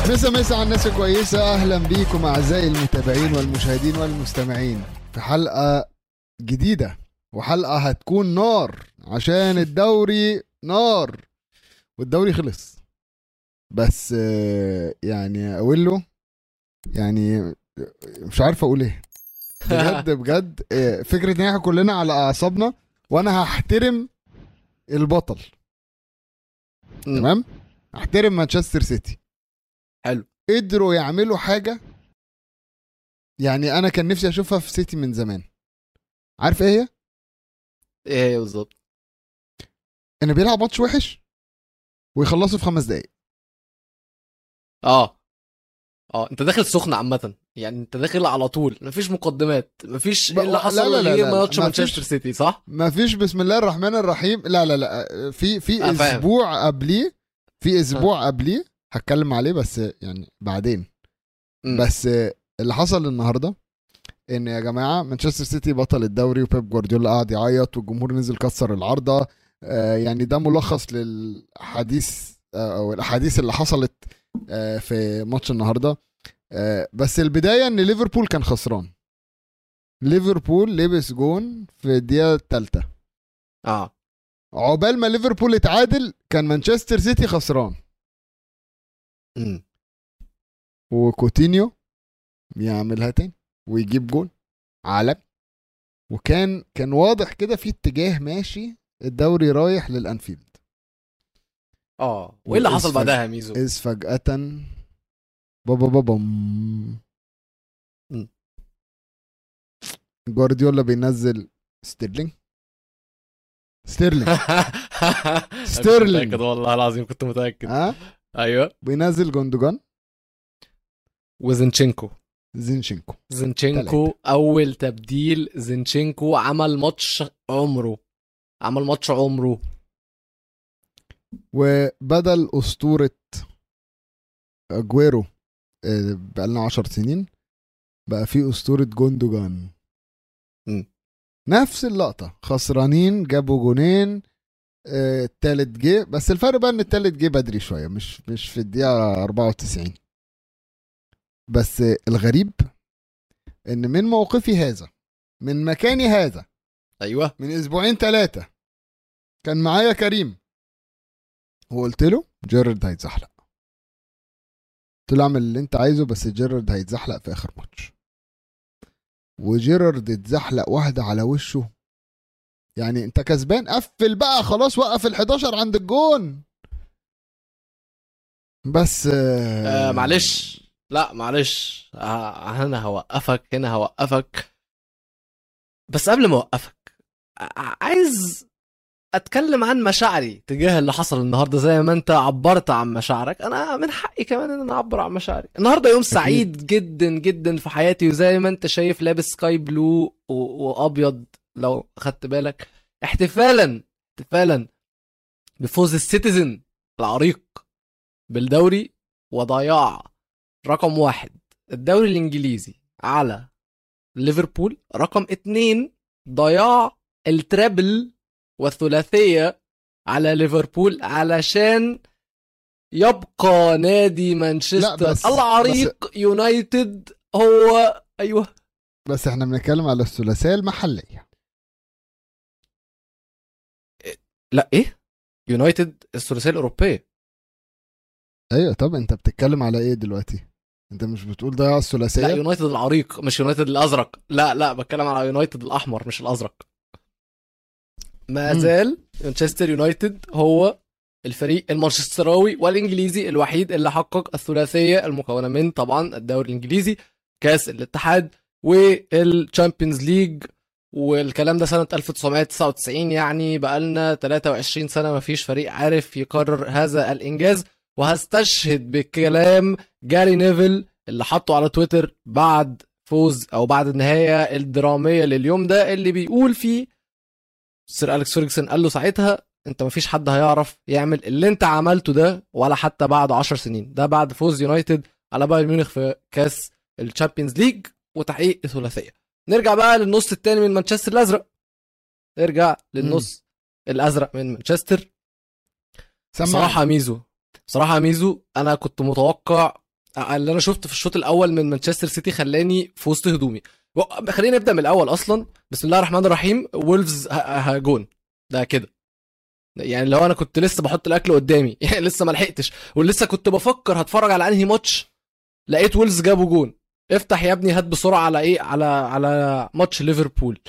مسا على الناس كويسة. أهلا بيكم أعزائي المتابعين والمشاهدين والمستمعين في حلقة جديدة، وحلقة هتكون نار عشان الدوري نار والدوري خلص. بس يعني أقول له يعني مش عارف أقول إيه بجد فكرة إن إحنا كلنا على أعصابنا، وأنا هحترم البطل. تمام، هحترم مانشستر سيتي. حلو، قدروا يعملوا حاجة يعني أنا كان نفسي أشوفها في سيتي من زمان. عارف إيه هي؟ ايه بالظبط؟ إنه بيلعب ماتش وحش ويخلصوا في 5 دقايق. انت داخل سخن عامه، يعني انت داخل على طول، مفيش مقدمات، مفيش ايه اللي لا حصل لا لا غير لا ماتش ما مانشستر فيش، سيتي، صح؟ ما فيش بسم الله الرحمن الرحيم. لا في فاهم. اسبوع قبليه، في اسبوع قبليه هتكلم عليه بس يعني بعدين. بس اللي حصل النهارده ان يا جماعه مانشستر سيتي بطل الدوري، وبيب جوارديولا قاعد يعيط والجمهور نزل كسر العارضه. يعني ده ملخص للحديث او الاحاديث اللي حصلت في ماتش النهارده. بس البدايه ان ليفربول كان خسران. ليفربول لبس جون في الدقيقه الثالثه. عقبال ما ليفربول اتعادل كان مانشستر سيتي خسران. وكوتينيو يعملها تاني ويجيب جون عالمي، وكان واضح كده في اتجاه ماشي، الدوري رايح للأنفيلد. وايه اللي حصل بعدها يا ميزو؟ إذ فجأة بابا جوارديولا بينزل ستيرلينج متأكد والله العظيم، كنت متأكد. ايوه، بينزل جوندوجان وزنشينكو. زينشينكو تلاتة. اول تبديل زينشينكو عمل ماتش عمره. وبدل أسطورة أجويرو بقالنا 10 سنين بقى في أسطورة جوندوجان. نفس اللقطة، خسرانين جابوا جونين، التالت جه، بس الفرق بقى ان التالت جه بدري شوية، مش في الدقيقة 94. بس الغريب ان من موقفي هذا، من مكاني هذا، ايوه، من اسبوعين 3 كان معايا كريم وقلت له جيرارد هيتزحلق. قلت له اعمل اللي انت عايزه بس جيرارد هيتزحلق في اخر ماتش. وجيرارد اتزحلق واحدة على وشه. يعني انت كسبان، قفل بقى خلاص، وقف ال11 عند الجون. بس معلش، لا معلش، انا هوقفك. بس قبل ما اوقفك عايز اتكلم عن مشاعري تجاه اللي حصل النهارده. زي ما انت عبرت عن مشاعرك، انا من حقي كمان ان انا اعبر عن مشاعري. النهارده يوم سعيد جدا جدا في حياتي، وزي ما انت شايف لابس سكاي بلو وابيض لو خدت بالك، احتفالا بفوز السيتيزن العريق بالدوري، وضياع رقم 1 الدوري الانجليزي على ليفربول، رقم 2 ضياع الترابل والثلاثية على ليفربول علشان يبقى نادي مانشستر العريق يونايتد هو. ايوه، بس احنا بنتكلم على الثلاثية المحلية. لا ايه، يونايتد الثلاثية الأوروبية. ايوه، طب انت بتتكلم على ايه دلوقتي؟ انت مش بتقول ضياع الثلاثية؟ لا، يونايتد العريق مش يونايتد الأزرق. لا بتكلم على يونايتد الأحمر مش الأزرق. ما زال مانشستر يونايتد هو الفريق المانشستراوي والانجليزي الوحيد اللي حقق الثلاثيه المكونه من طبعا الدوري الانجليزي، كاس الاتحاد، والتشامبيونز ليج. والكلام ده سنه 1999، يعني بقالنا 23 سنه ما فيش فريق عارف يكرر هذا الانجاز. وهستشهد بكلام جاري نيفل اللي حطه على تويتر بعد فوز او بعد النهايه الدراميه لليوم ده، اللي بيقول فيه سير أليكس فيرجسون قال له ساعتها انت مفيش حد هيعرف يعمل اللي انت عملته ده ولا حتى بعد 10 سنين. ده بعد فوز يونايتد على بايرن ميونخ في كاس الشامبيونز ليج وتحقيق الثلاثيه. نرجع بقى للنص الثاني من مانشستر الازرق، نرجع للنص الازرق من مانشستر. بصراحه ميزو انا كنت متوقع اللي انا شفته في الشوط الاول من مانشستر سيتي خلاني في وسط هدومي. خلينا نبدا من الاول اصلا. بسم الله الرحمن الرحيم. وولفز جون ده كده، يعني لو انا كنت لسه بحط الاكل قدامي يعني لسه ما لحقتش ولسه كنت بفكر هتفرج على انهي ماتش، لقيت وولفز جابوا جون. افتح يا ابني هات بسرعه على ايه، على ماتش ليفربول.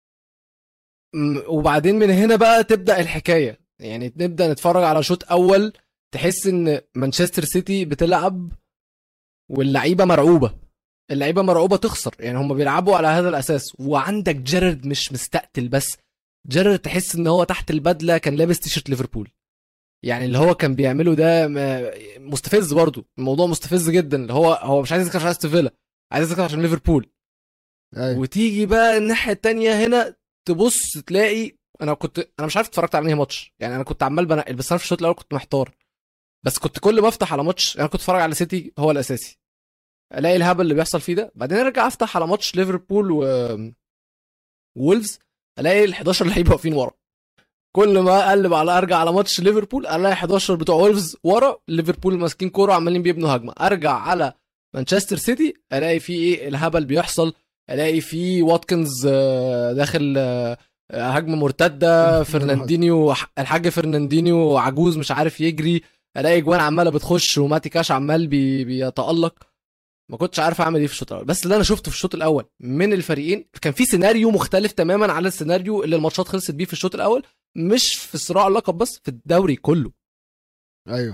وبعدين من هنا بقى تبدا الحكايه، يعني نبدا نتفرج على شوط اول تحس ان مانشستر سيتي بتلعب واللعيبه مرعوبه، اللعيبه مرعوبه تخسر، يعني هم بيلعبوا على هذا الاساس. وعندك جيرارد مش مستقتل بس، جيرارد تحس ان هو تحت البدله كان لابس تيشرت ليفربول. يعني اللي هو كان بيعمله ده مستفز، برضو الموضوع مستفز جدا. اللي هو مش عايز يذكر عشان استون فيلا، عايز يذكر عشان ليفربول. أيوة. وتيجي بقى الناحيه التانية هنا تبص تلاقي انا مش عارف اتفرجت على انهي ماتش، يعني انا كنت عمال بنقل، بس انا في الشوط الاول كنت محتار. بس كنت كل ما افتح على ماتش، انا كنت اتفرج على سيتي هو الاساسي، الاقي الهبل اللي بيحصل فيه ده، بعدين ارجع افتح على ماتش ليفربول وولفز الاقي ال 11 لعيب واقفين ورا. كل ما اقلب على ارجع على ماتش ليفربول الاقي 11 بتوع وولفز ورا، ليفربول ماسكين كوره عمالين بيبنوا هجمه. ارجع على مانشستر سيتي الاقي فيه ايه الهبل بيحصل، الاقي فيه واتكنز داخل هجمه مرتده، فرناندينيو الحاج فرناندينيو عجوز مش عارف يجري، الاقي جوان عماله بتخش وماتي كاش عمال بيتالق. ما كنتش عارف اعمل ايه في الشوط الاول. بس اللي انا شفته في الشوط الاول من الفريقين كان في سيناريو مختلف تماما على السيناريو اللي الماتشات خلصت بيه في الشوط الاول، مش في صراع اللقب بس، في الدوري كله. ايوه،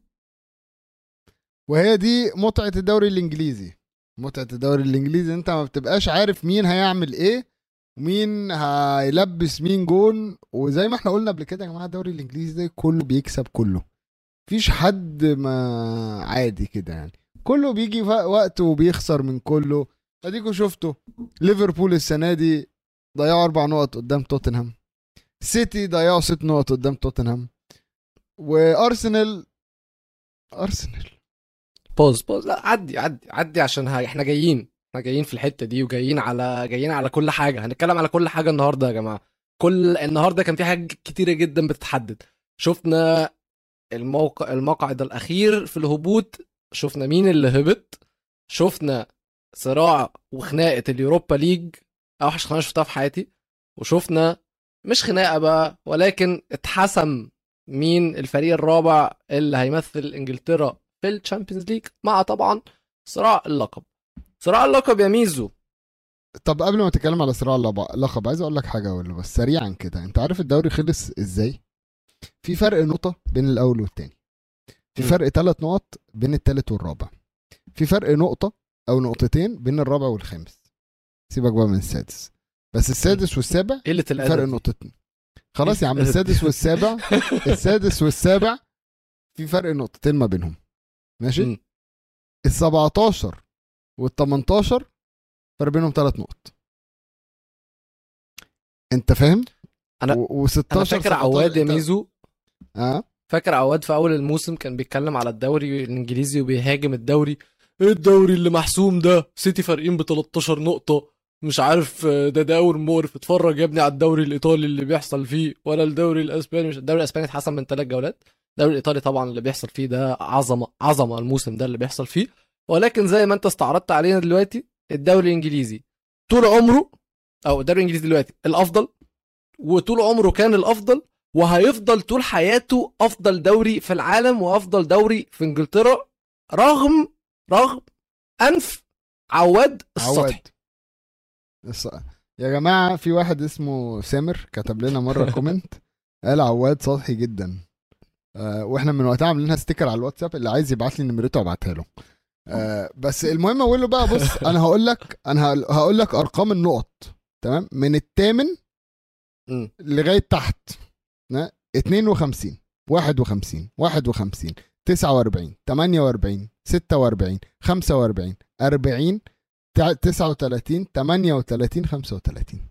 وهي دي متعه الدوري الانجليزي. متعه الدوري الانجليزي انت ما بتبقاش عارف مين هيعمل ايه ومين هيلبس مين جون. وزي ما احنا قلنا قبل كده يا جماعه، الدوري الانجليزي ده كله بيكسب كله، مفيش حد ما عادي كده يعني، كله بيجي وقت وبيخسر من كله. اديكوا شفتوا ليفربول السنه دي ضيعوا 4 نقط قدام توتنهام، سيتي ضيعوا 6 نقط قدام توتنهام، وارسنال بوز لا عدي عشان احنا جايين في الحته دي، وجايين على كل حاجه. هنتكلم على كل حاجه النهارده يا جماعه. النهارده كان في حاجات كتيره جدا بتتحدد. شفنا المقعد الاخير في الهبوط، شفنا مين اللي هبط، شفنا صراع وخناقه اليوروبا ليج، اوحش خناقه شفتها في حياتي. وشفنا مش خناقه بقى، ولكن اتحسم مين الفريق الرابع اللي هيمثل انجلترا في الشامبيونز ليج، مع طبعا صراع اللقب يا ميزو. طب قبل ما تتكلم على صراع اللقب عايز اقول لك حاجه ولا بس سريعا كده. انت عارف الدوري خلص ازاي؟ في فرق نقطه بين الاول والتاني، في فرق 3 نقط بين التالت والرابع، في فرق نقطه او نقطتين بين الرابع والخامس. سيبك بقى من السادس، بس السادس والسابع فرق نقطتين. خلاص يا عم، السادس والسابع في فرق نقطتين ما بينهم، ماشي. ال17 وال18 فرق بينهم 3 نقط، انت فاهم؟ انا فاكر عواد يا ميزو، فاكر عواد في اول الموسم كان بيتكلم على الدوري الانجليزي وبيهاجم الدوري اللي محسوم ده، سيتي فارقين ب13 نقطه، مش عارف ده دوري مقرف، اتفرج يا ابني على الدوري الايطالي اللي بيحصل فيه، ولا الدوري الاسباني. مش الدوري الاسباني اتحسم من 3 جولات، الدوري الايطالي طبعا اللي بيحصل فيه ده عظمه الموسم ده اللي بيحصل فيه. ولكن زي ما انت استعرضت علينا دلوقتي، الدوري الانجليزي طول عمره، او الدوري الانجليزي دلوقتي الافضل، وطول عمره كان الافضل، وهيفضل طول حياته افضل دوري في العالم وافضل دوري في انجلترا، رغم انف عواد السطحي. يا جماعه في واحد اسمه سامر كتب لنا مره كومنت قال عواد سطحي جدا، واحنا من وقتها عاملينها ستيكر على الواتساب، اللي عايز يبعت لي نمرته ابعتها له. بس المهم اقول له بقى بص، انا هقول لك ارقام النقط، تمام؟ من الثامن لغايه تحت 52 51 51 49 48 46 45 40 39 38 35.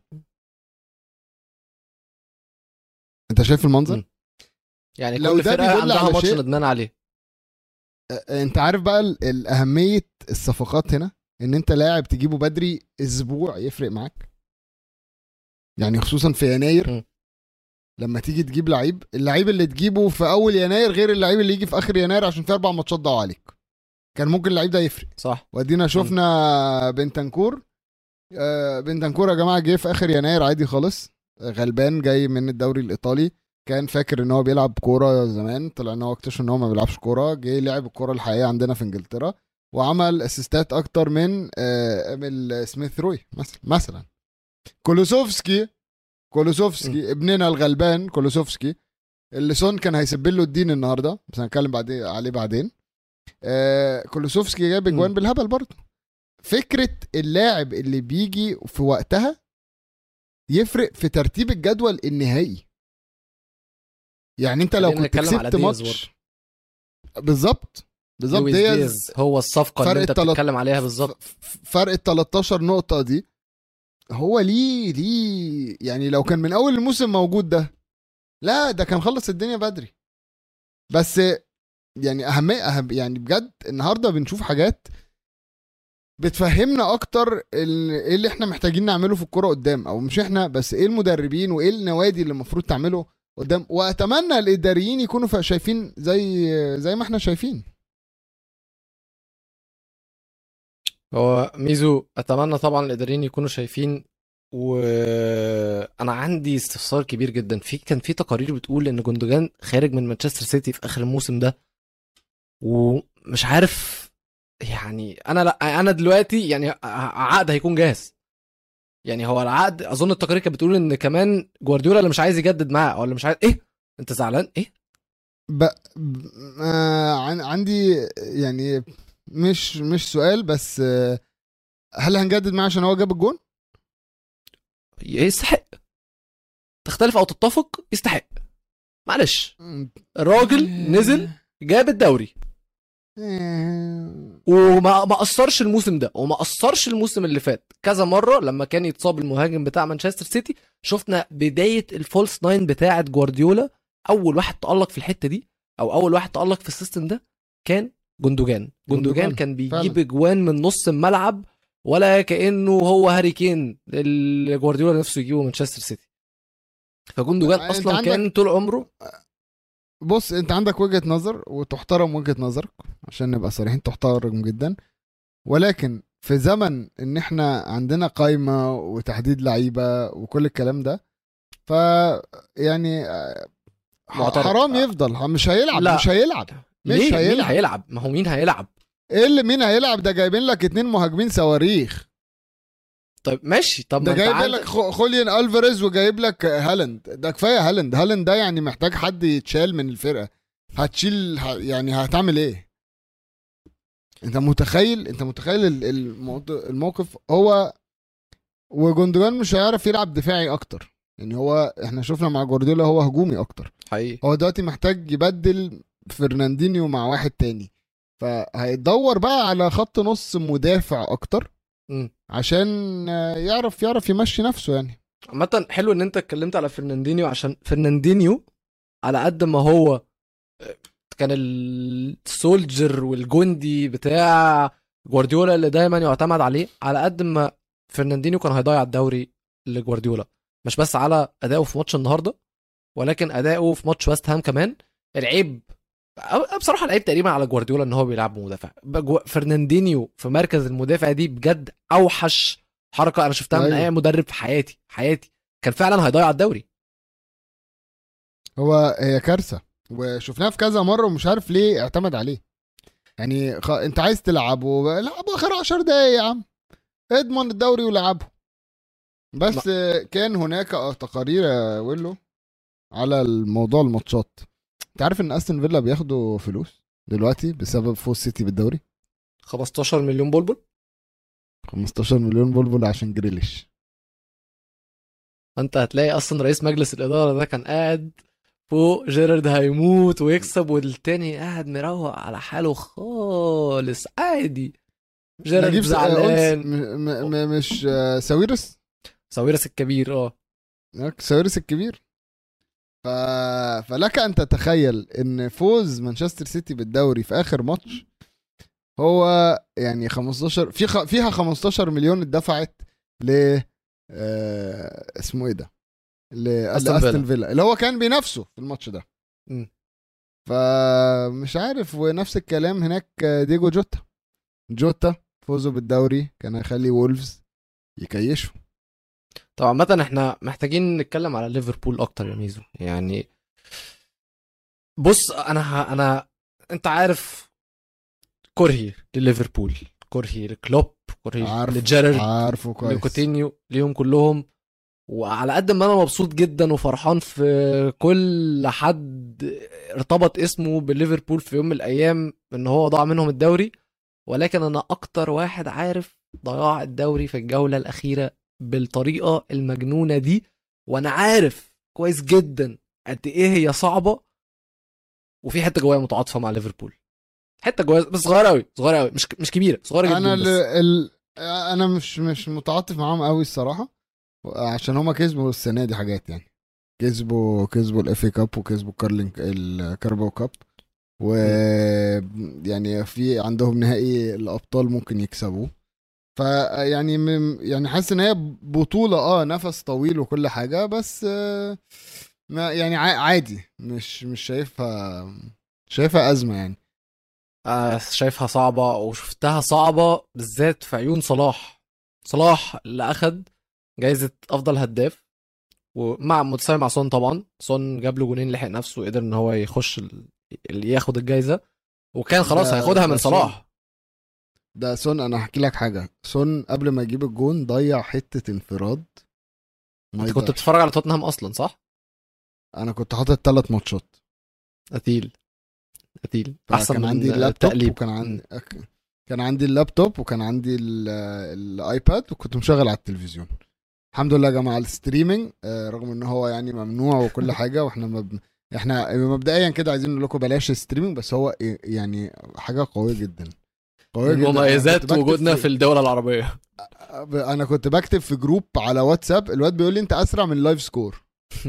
انت شايف المنظر؟ يعني كل فرقه عندها ماتش ندمان عليه. انت عارف بقى الاهميه الصفقات هنا، ان انت لاعب تجيبه بدري اسبوع يفرق معاك، يعني خصوصا في يناير. لما تيجي تجيب اللعيب اللي تجيبه في اول يناير غير اللعيب اللي يجي في اخر يناير عشان في 4 ماتشات ضاعوا عليك. كان ممكن اللعيب ده يفرق. صح. ودينا شفنا بنتنكور. بنتنكور يا جماعه جه في اخر يناير عادي خالص، غلبان جاي من الدوري الايطالي، كان فاكر ان هو بيلعب كوره زمان، طلع ان هو اكتشف ان هو ما بيلعبش كوره، جه لعب الكوره الحقيقيه عندنا في انجلترا وعمل اسيستات اكتر من اميل سميث روي مثلا. كولوسوفسكي ابننا الغلبان كولوسوفسكي اللي سون كان هيسيب له الدين النهارده، بس هنتكلم عليه بعدين. كولوسوفسكي جاب اجوان بالهبل برضه. فكره اللاعب اللي بيجي في وقتها يفرق في ترتيب الجدول النهائي. يعني انت لو كنت كسبت ماتش بالظبط دياز هو الصفقه اللي انت بتتكلم عليها بالظبط. فرق ال 13 نقطه دي هو ليه يعني لو كان من اول الموسم موجود ده كان خلص الدنيا بدري. بس يعني اهم يعني بجد النهارده بنشوف حاجات بتفهمنا اكتر ايه اللي احنا محتاجين نعمله في الكوره قدام، او مش احنا بس، ايه المدربين وايه النوادي اللي المفروض تعمله قدام. واتمنى الاداريين يكونوا شايفين زي ما احنا شايفين. هو ميزو اتمنى طبعا الاداريين يكونوا شايفين. وانا عندي استفسار كبير جدا كان في تقارير بتقول ان جوندوجان خارج من مانشستر سيتي في اخر الموسم ده، ومش عارف يعني انا دلوقتي يعني عقد هيكون جاهز. يعني هو العقد اظن التقارير كانت بتقول ان كمان جوارديولا اللي مش عايز يجدد معاه، او اللي مش عايز انت زعلان عندي يعني مش سؤال بس، هل هنجدد معاه عشان هو جاب الجون؟ يستحق. تختلف او تتفق، يستحق. معلش الراجل نزل جاب الدوري وما قصرش الموسم ده وما قصرش الموسم اللي فات. كذا مره لما كان يتصاب المهاجم بتاع مانشستر سيتي شفنا بدايه الفولس ناين بتاعه جوارديولا. اول واحد تألق في الحته دي او اول واحد تألق في السيستم ده كان جوندوجان كان بيجيب اجوان من نص الملعب ولا كانه هو هاري كين اللي جوارديولا نفسه يجيبه مانشستر سيتي. فجوندوجان اصلا كان طول عمره. بص انت عندك وجهة نظر وتحترم وجهة نظرك، عشان نبقى صريحين تحترم جدا، ولكن في زمن ان احنا عندنا قايمة وتحديد لعيبة وكل الكلام ده، ف يعني حرام يفضل مش هيلعب. لا. مش هيلعب. مين هيلعب؟ ما هو مين هيلعب؟ ايه اللي مين هيلعب؟ ده جايبين لك 2 مهاجمين صواريخ. طيب ماشي. طب ده جايب لك خوليان الفاريز وجايب لك هالاند. ده كفايه هالاند ده يعني محتاج حد يتشال من الفرقه. هتشيل يعني هتعمل ايه؟ انت متخيل الموقف. هو وجوندوجان مش هيعرف يلعب دفاعي اكتر. يعني هو احنا شفنا مع جوارديولا هو هجومي اكتر حقيقي. هو دلوقتي محتاج يبدل فرناندينيو مع واحد تاني، فهيدور بقى على خط نص مدافع اكتر عشان يعرف يمشي نفسه. يعني عامة حلو ان انت اتكلمت على فرناندينيو، عشان فرناندينيو على قد ما هو كان السولجر والجندي بتاع جوارديولا اللي دايما يعتمد عليه، على قد ما فرناندينيو كان هيضيع الدوري لجوارديولا، مش بس على اداؤه في ماتش النهارده ولكن اداؤه في ماتش ويست هام كمان. العيب بصراحه العيب تقريبا على جوارديولا ان هو بيلعب مدافع. فرناندينيو في مركز المدافع دي بجد اوحش حركه انا شفتها من اي مدرب في حياتي. كان فعلا هيضيع الدوري. هي كارثه وشفناها في كذا مره ومش عارف ليه اعتمد عليه. يعني انت عايز تلعبه اخر 10 دقايق يا عم، اضمن الدوري ولعبه. بس كان هناك تقارير يا ويلو على الموضوع الماتشات. انت عارف ان استون فيلا بياخدوا فلوس دلوقتي بسبب فوز سيتي بالدوري؟ 15 مليون بلبل. 15 مليون بلبل عشان جريليش. انت هتلاقي اصلا رئيس مجلس الاداره ده كان قاعد فوق جيرارد هيموت ويكسب، والتاني قاعد مروق على حاله خالص عادي. جيرارد زعلان. مش ساويرس الكبير. ساويرس الكبير. فلك ان تتخيل ان فوز مانشستر سيتي بالدوري في اخر ماتش هو يعني 15 فيها 15 مليون اتدفعت ل اسمه ايه ده، لاستون فيلا اللي هو كان بينافسه في الماتش ده. فمش عارف. ونفس الكلام هناك ديجو جوتا فوزوا بالدوري كان هيخلي وولفز يكيشوا. طبعا عامة احنا محتاجين نتكلم على ليفربول اكتر يا ميزو. يعني بص انا انت عارف كرهي لليفربول، كرهي لكلوب، كرهي لجيرارد، عارفه كويس. لكوتينيو، ليهم كلهم. وعلى قد ما انا مبسوط جدا وفرحان في كل حد ارتبط اسمه بليفربول في يوم من الايام ان هو ضاع منهم الدوري، ولكن انا اكتر واحد عارف ضياع الدوري في الجولة الاخيرة بالطريقة المجنونة دي. وانا عارف كويس جدا قد ايه هي صعبة، وفي حتة جوايا متعاطفة مع ليفربول، حتة جوايا بس صغيرة قوي، صغيرة قوي، مش كبيرة، صغيرة انا جدا بس. انا مش متعاطف معاهم قوي الصراحه، عشان هما كسبوا السنه دي حاجات يعني. كسبوا الاف اي كاب، وكسبوا الكاربو كاب، و يعني في عندهم نهائي الابطال ممكن يكسبوه. فيعني يعني حاسس ان هي بطوله نفس طويل وكل حاجه، بس ما يعني عادي، مش شايفها ازمه يعني. شايفها صعبة وشفتها صعبة بالذات في عيون صلاح. صلاح اللي أخد جايزة أفضل هداف، ومع متساوي مع سون طبعا. سون جاب له جونين، لحق نفسه وقدر إن هو يخش اللي ياخد الجايزة، وكان ده خلاص هياخدها ده من سون صلاح. ده سون انا هحكي لك حاجه. سون قبل ما يجيب الجون ضيع حته انفراد ما أنت كنت يضيعش. بتتفرج على توتنهام أصلا صح؟ انا كنت حاطط 3 ماتشات، قتيل، قتيل أحسن فكان عندي من اللابتوب التقليب. وكان عندي كان عندي اللابتوب وكان عندي الايباد، وكنت مشغل على التلفزيون. الحمد لله يا جماعه الستريمينج، رغم ان هو يعني ممنوع وكل حاجه، واحنا احنا مبدئيا كده عايزين نقول لكم بلاش الستريمينج، بس هو يعني حاجه قويه جدا، قويه من جدا. مميزات وجودنا في الدولة العربية. انا كنت بكتب في جروب على واتساب، الواد بيقول لي انت اسرع من اللايف سكور،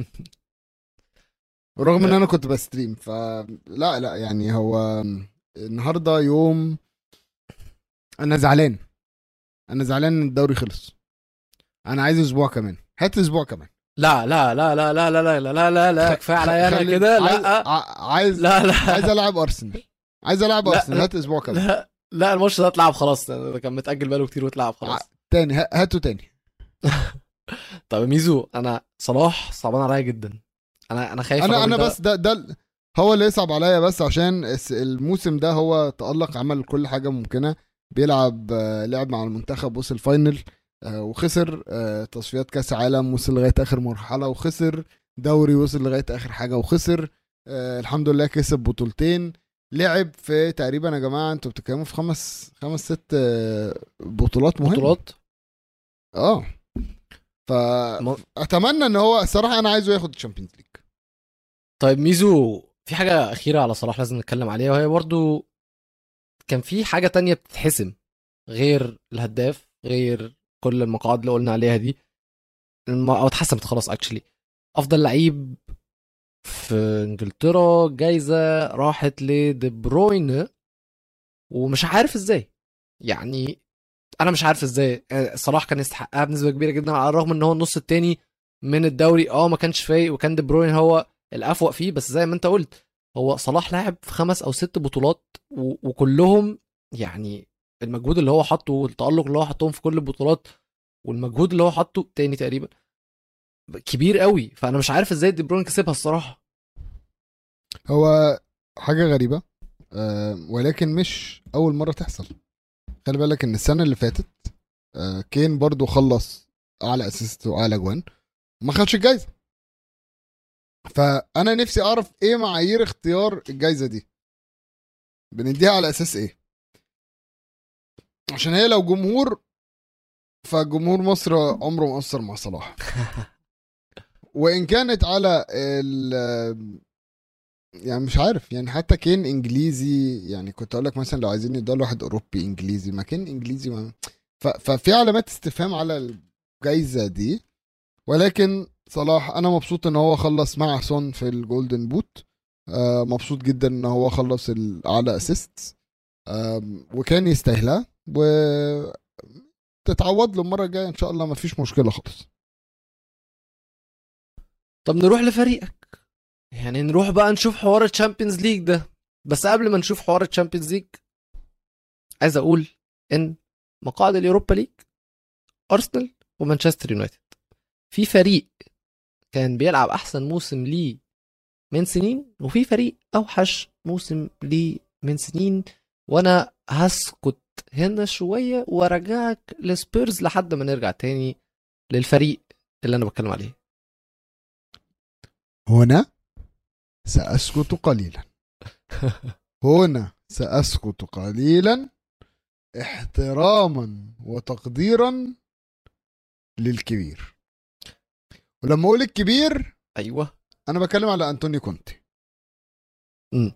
رغم ان انا كنت بستريم. فلا لا يعني هو النهارده يوم، انا زعلان، انا زعلان ان الدوري خلص. انا عايز اسبوع كمان، هات اسبوع كمان. لا لا لا لا لا لا لا لا لا خ... لا كفايه عليا انا خلي كده. لا عايز لا عايز لا العب ارسنال، عايز العب ارسنال، لا هات اسبوع كمان. لا لا، الماتش ده اتلعب خلاص، ده كان متأجل بقاله كتير واتلعب ع... خلاص. تاني هاته تاني. طب يا ميزو، انا صلاح صعبان عليا جدا. انا خايف الراجل انا ده. بس ده هو اللي يصعب عليا، بس عشان الموسم ده هو تألق، عمل كل حاجه ممكنه، بيلعب لعب مع المنتخب، وصل فاينل وخسر تصفيات كاس عالم، وصل لغايه اخر مرحله وخسر دوري، وصل لغايه اخر حاجه وخسر. الحمد لله كسب بطولتين. لعب في تقريبا يا جماعه انتوا بتتكلموا في خمس ست بطولات مهمه. بطولات. اه م... فاتمنى ان هو الصراحه انا عايزه ياخد الشامبيونز ليج. طيب ميزو، في حاجة أخيرة على صلاح لازم نتكلم عليها، وهي برضو كان في حاجة تانية بتتحسم غير الهداف، غير كل المقاعد اللي قلنا عليها دي. أو اتحسمت خلاص اكشلي. أفضل لعيب في انجلترا جايزة راحت لدي بروين، ومش عارف ازاي. يعني انا مش عارف ازاي. صلاح كان يستحقها بنسبه كبيره جدا، على الرغم ان هو النص التاني من الدوري ما كانش فايق، وكان دي بروين هو الافوق فيه. بس زي ما انت قلت، هو صلاح لعب في 5 أو 6 بطولات، وكلهم يعني المجهود اللي هو حطه والتألق اللي هو حطهم في كل البطولات، والمجهود اللي هو حطه تاني تقريبا كبير قوي. فانا مش عارف ازاي دي بروين كسبها الصراحه. هو حاجه غريبه، ولكن مش اول مره تحصل. خلي بالك ان السنه اللي فاتت كين برضو خلص اعلى اسيست واعلى جوان، ما خدش الجايزه. فانا نفسي اعرف ايه معايير اختيار الجايزه دي، بنديها على اساس ايه؟ عشان هي لو جمهور، فجمهور مصر عمره ما قصر مع صلاح. وان كانت على يعني مش عارف يعني، حتى كين انجليزي يعني، كنت اقول لك مثلا لو عايزين يدوا واحد اوروبي انجليزي، ما كان انجليزي ما. ففي علامات استفهام على الجايزه دي. ولكن صلاح انا مبسوط ان هو خلص مع سون في الجولدن بوت، مبسوط جدا ان هو خلص الاعلى اسيست، وكان يستاهلها، وتتعوض له المره الجايه ان شاء الله، ما فيش مشكله خالص. طب نروح لفريقك، يعني نروح بقى نشوف حوار الشامبيونز ليج ده. بس قبل ما نشوف حوار الشامبيونز ليج، عايز اقول ان مقاعد اليوروبا ليج ارسنال ومانشستر يونايتد. في فريق كان بيلعب احسن موسم ليه من سنين، وفي فريق اوحش موسم ليه من سنين. وانا هسكت هنا شويه وارجعك لسبيرز لحد ما نرجع تاني للفريق اللي انا بتكلم عليه. هنا سأسكت قليلا. هنا سأسكت قليلا احتراما وتقديرا للكبير. ولما اقول الكبير ايوه، انا بتكلم على انطونيو كونتي. امم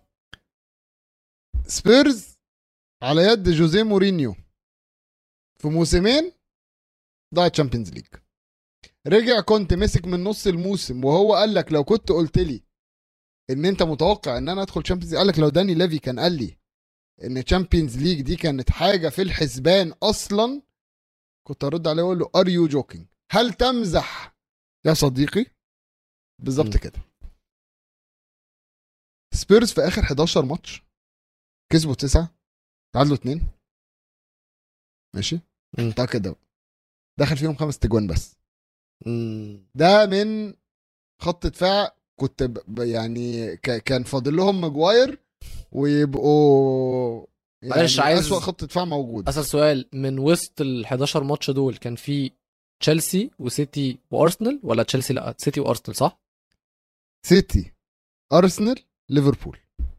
سبيرز على يد جوزيه مورينيو في موسمين ضاع تشامبيونز ليج. رجع كنت مسك من نص الموسم وهو قال لك لو كنت قلت لي ان انت متوقع ان انا ادخل تشامبيونز ليج، قال لك لو داني ليفي كان قال لي ان تشامبيونز ليج دي كانت حاجه في الحسبان اصلا، كنت ارد عليه واقول له ار يو جوكينج، هل تمزح يا صديقي؟ بالظبط كده. سبيرز في اخر 11 ماتش كسبوا 9، تعادلوا 2. ماشي بتاع كده، دخل فيهم 5 تجوان بس. ده من خط دفاع كنت يعني كان فاضل لهم ماجواير ويبقوا معلش، يعني عايز أسوأ خط دفاع موجود. اسال سؤال، من وسط ال 11 ماتش دول كان في تشيلسي وسيتي وارسنال، ولا تشيلسي لا سيتي وارسنال صح؟ سيتي، ارسنال، ليفربول.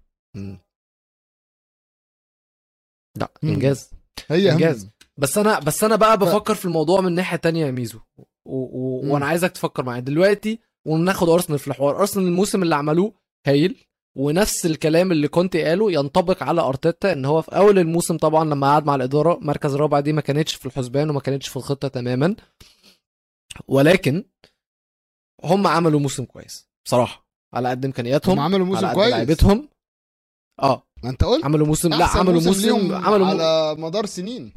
لا انجاز، هي انجاز. بس انا بقى بفكر في الموضوع من ناحيه تانية يا ميزو، وانا عايزك تفكر معايا دلوقتي وناخد ارسنال في الحوار. ارسنال الموسم اللي عملوه هايل، ونفس الكلام اللي كنت قاله ينطبق على ارتيتا، ان هو في اول الموسم طبعا لما قعد مع الاداره مركز رابع دي ما كانتش في الحسبان وما كانتش في الخطه تماما، ولكن هم عملوا موسم كويس بصراحه على قد امكانياتهم، هم عملوا موسم على قد كويس لعيبتهم. ما انت قلت عملوا موسم، لا أحسن عملوا موسم ليهم عملوا على مدار سنين.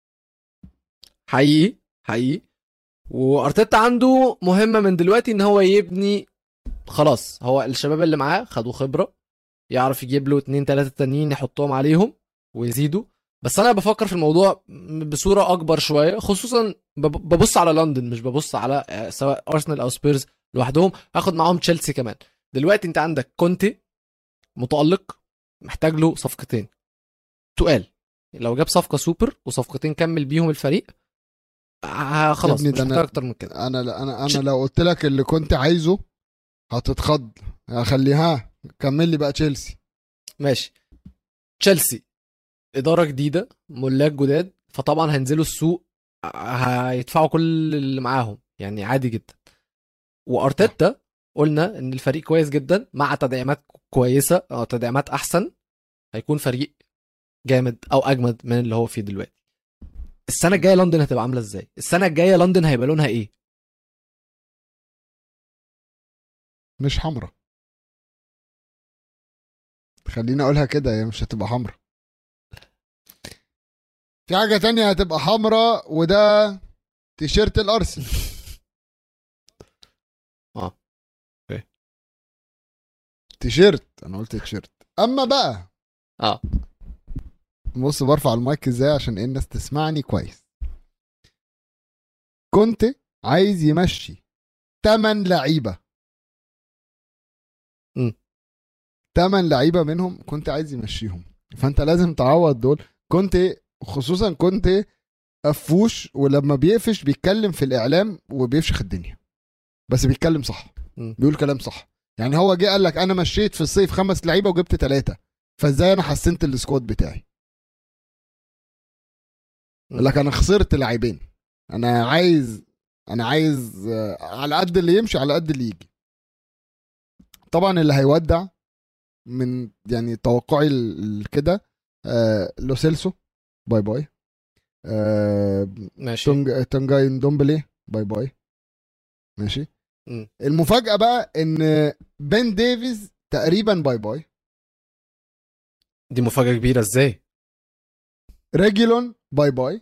حقيقي حقيقي. وارتيتا عنده مهمه من دلوقتي ان هو يبني. خلاص هو الشباب اللي معاه خدوا خبره، يعرف يجيب له 2 3 تانيين يحطهم عليهم ويزيدوا. بس انا بفكر في الموضوع بصوره اكبر شويه، خصوصا ببص على لندن، مش ببص على سواء ارسنال او سبيرز لوحدهم، اخد معاهم تشيلسي كمان. دلوقتي انت عندك كونتي متالق، محتاج له صفقتين تقال. لو جاب صفقه سوبر وصفقتين كمل بيهم الفريق، خلاص مش محتاج اكتر من كده. انا لو قلت لك اللي كنت عايزه هتتخض. خليها كمل لي بقى تشيلسي. ماشي. تشيلسي اداره جديده، ملاك جداد، فطبعا هينزلوا السوق هيدفعوا كل اللي معاهم، يعني عادي جدا. وارتيتا قلنا ان الفريق كويس جدا مع تدعيمات كويسه او تدعيمات احسن، هيكون فريق جامد او اجمد من اللي هو فيه دلوقتي. السنه الجايه لندن هتبقى عامله ازاي؟ السنه الجايه لندن هيبقى لونها ايه؟ مش حمرا، خليني اقولها كده، هي مش هتبقى حمرا. في حاجه تانية هتبقى حمرا، وده تيشيرت الارسنال. اوكي تيشيرت، انا قلت تيشيرت. اما بقى اه بص برفع المايك ازاي عشان الناس تسمعني كويس. كنت عايز يمشي 8 لعيبه، 8 لعيبه منهم كنت عايز يمشيهم، فانت لازم تعوض دول. كنت خصوصا كنت قفوش، ولما بيقفش بيتكلم في الاعلام وبيفشخ الدنيا، بس بيتكلم صح، بيقول كلام صح. يعني هو جه قال لك انا مشيت في الصيف 5 لعيبه وجبت 3، فازاي انا حسنت السكواد بتاعي؟ قال لك انا خسرت لاعبين، انا عايز على قد اللي يمشي على قد اللي يجي. طبعا اللي هيودع من يعني توقعي كده لو سيلسو، باي باي. ماشي. تونجاي دومبلي، باي باي. ماشي. المفاجأة بقى ان بن ديفيز تقريبا باي باي. دي مفاجأة كبيرة ازاي؟ ريجيلون باي باي.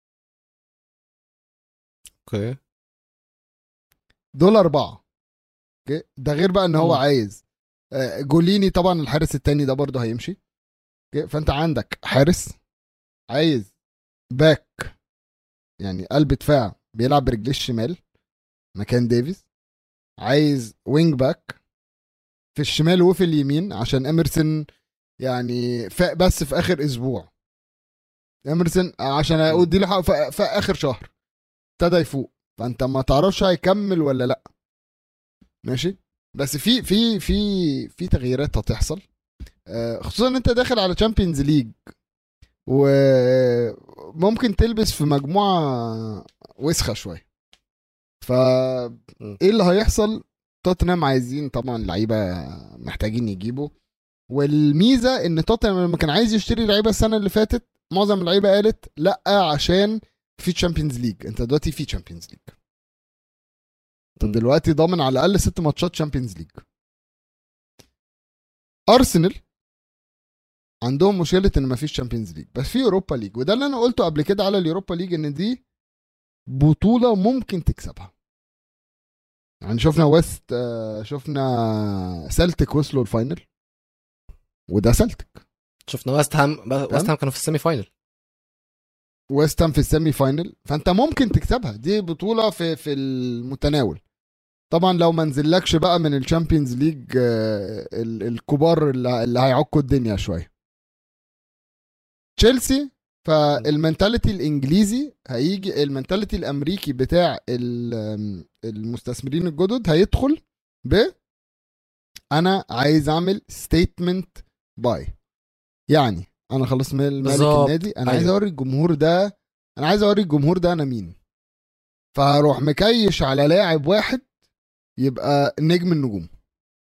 اوكي. دول 4. اوكي، ده غير بقى ان هو عايز جوليني طبعا الحارس التاني ده برضه هيمشي. اوكي، فانت عندك حارس، عايز باك يعني قلب دفاع بيلعب برجليه الشمال مكان ديفيز، عايز وينج باك في الشمال وفي اليمين عشان اميرسون يعني فاق بس في اخر اسبوع. اميرسون عشان اقول دي لحق في اخر شهر ابتدى يفوق، فانت ما تعرفش هيكمل ولا لا. ماشي، بس في تغييرات هتحصل، خصوصا ان انت داخل على تشامبيونز ليج وممكن تلبس في مجموعه وسخه شويه. فا ايه اللي هيحصل؟ توتنهام عايزين طبعا لعيبه، محتاجين يجيبوا. والميزه ان توتنهام لما كان عايز يشتري لعيبه السنه اللي فاتت معظم اللعيبه قالت لا عشان في تشامبيونز ليج. انت دلوقتي في تشامبيونز ليج، انت دلوقتي ضامن على الاقل 6 ماتشات تشامبيونز ليج. ارسنال عندهم مشكله ان مفيش تشامبيونز ليج بس في اوروبا ليج، وده اللي انا قلته قبل كده على اليوروبا ليج ان دي بطوله ممكن تكسبها. يعني شفنا ويست، شفنا سلتك وصلوا الفاينل وده سلتك. شفنا ويست هام كانوا في السيمي فاينل. ويست هام في السيمي فاينل، فانت ممكن تكسبها، دي بطوله في المتناول. طبعا لو ما نزلكش بقى من الشامبيونز ليج الكبار اللي هيعكوا الدنيا شويه. تشيلسي فالمنتاليتي الانجليزي هيجي، المنتاليتي الامريكي بتاع المستثمرين الجدد هيدخل ب انا عايز اعمل ستيتمنت باي. يعني انا خلص مالك النادي، انا عايز اوري الجمهور ده، انا عايز اوري الجمهور ده انا مين. فهروح مكيش على لاعب واحد يبقى نجم النجوم.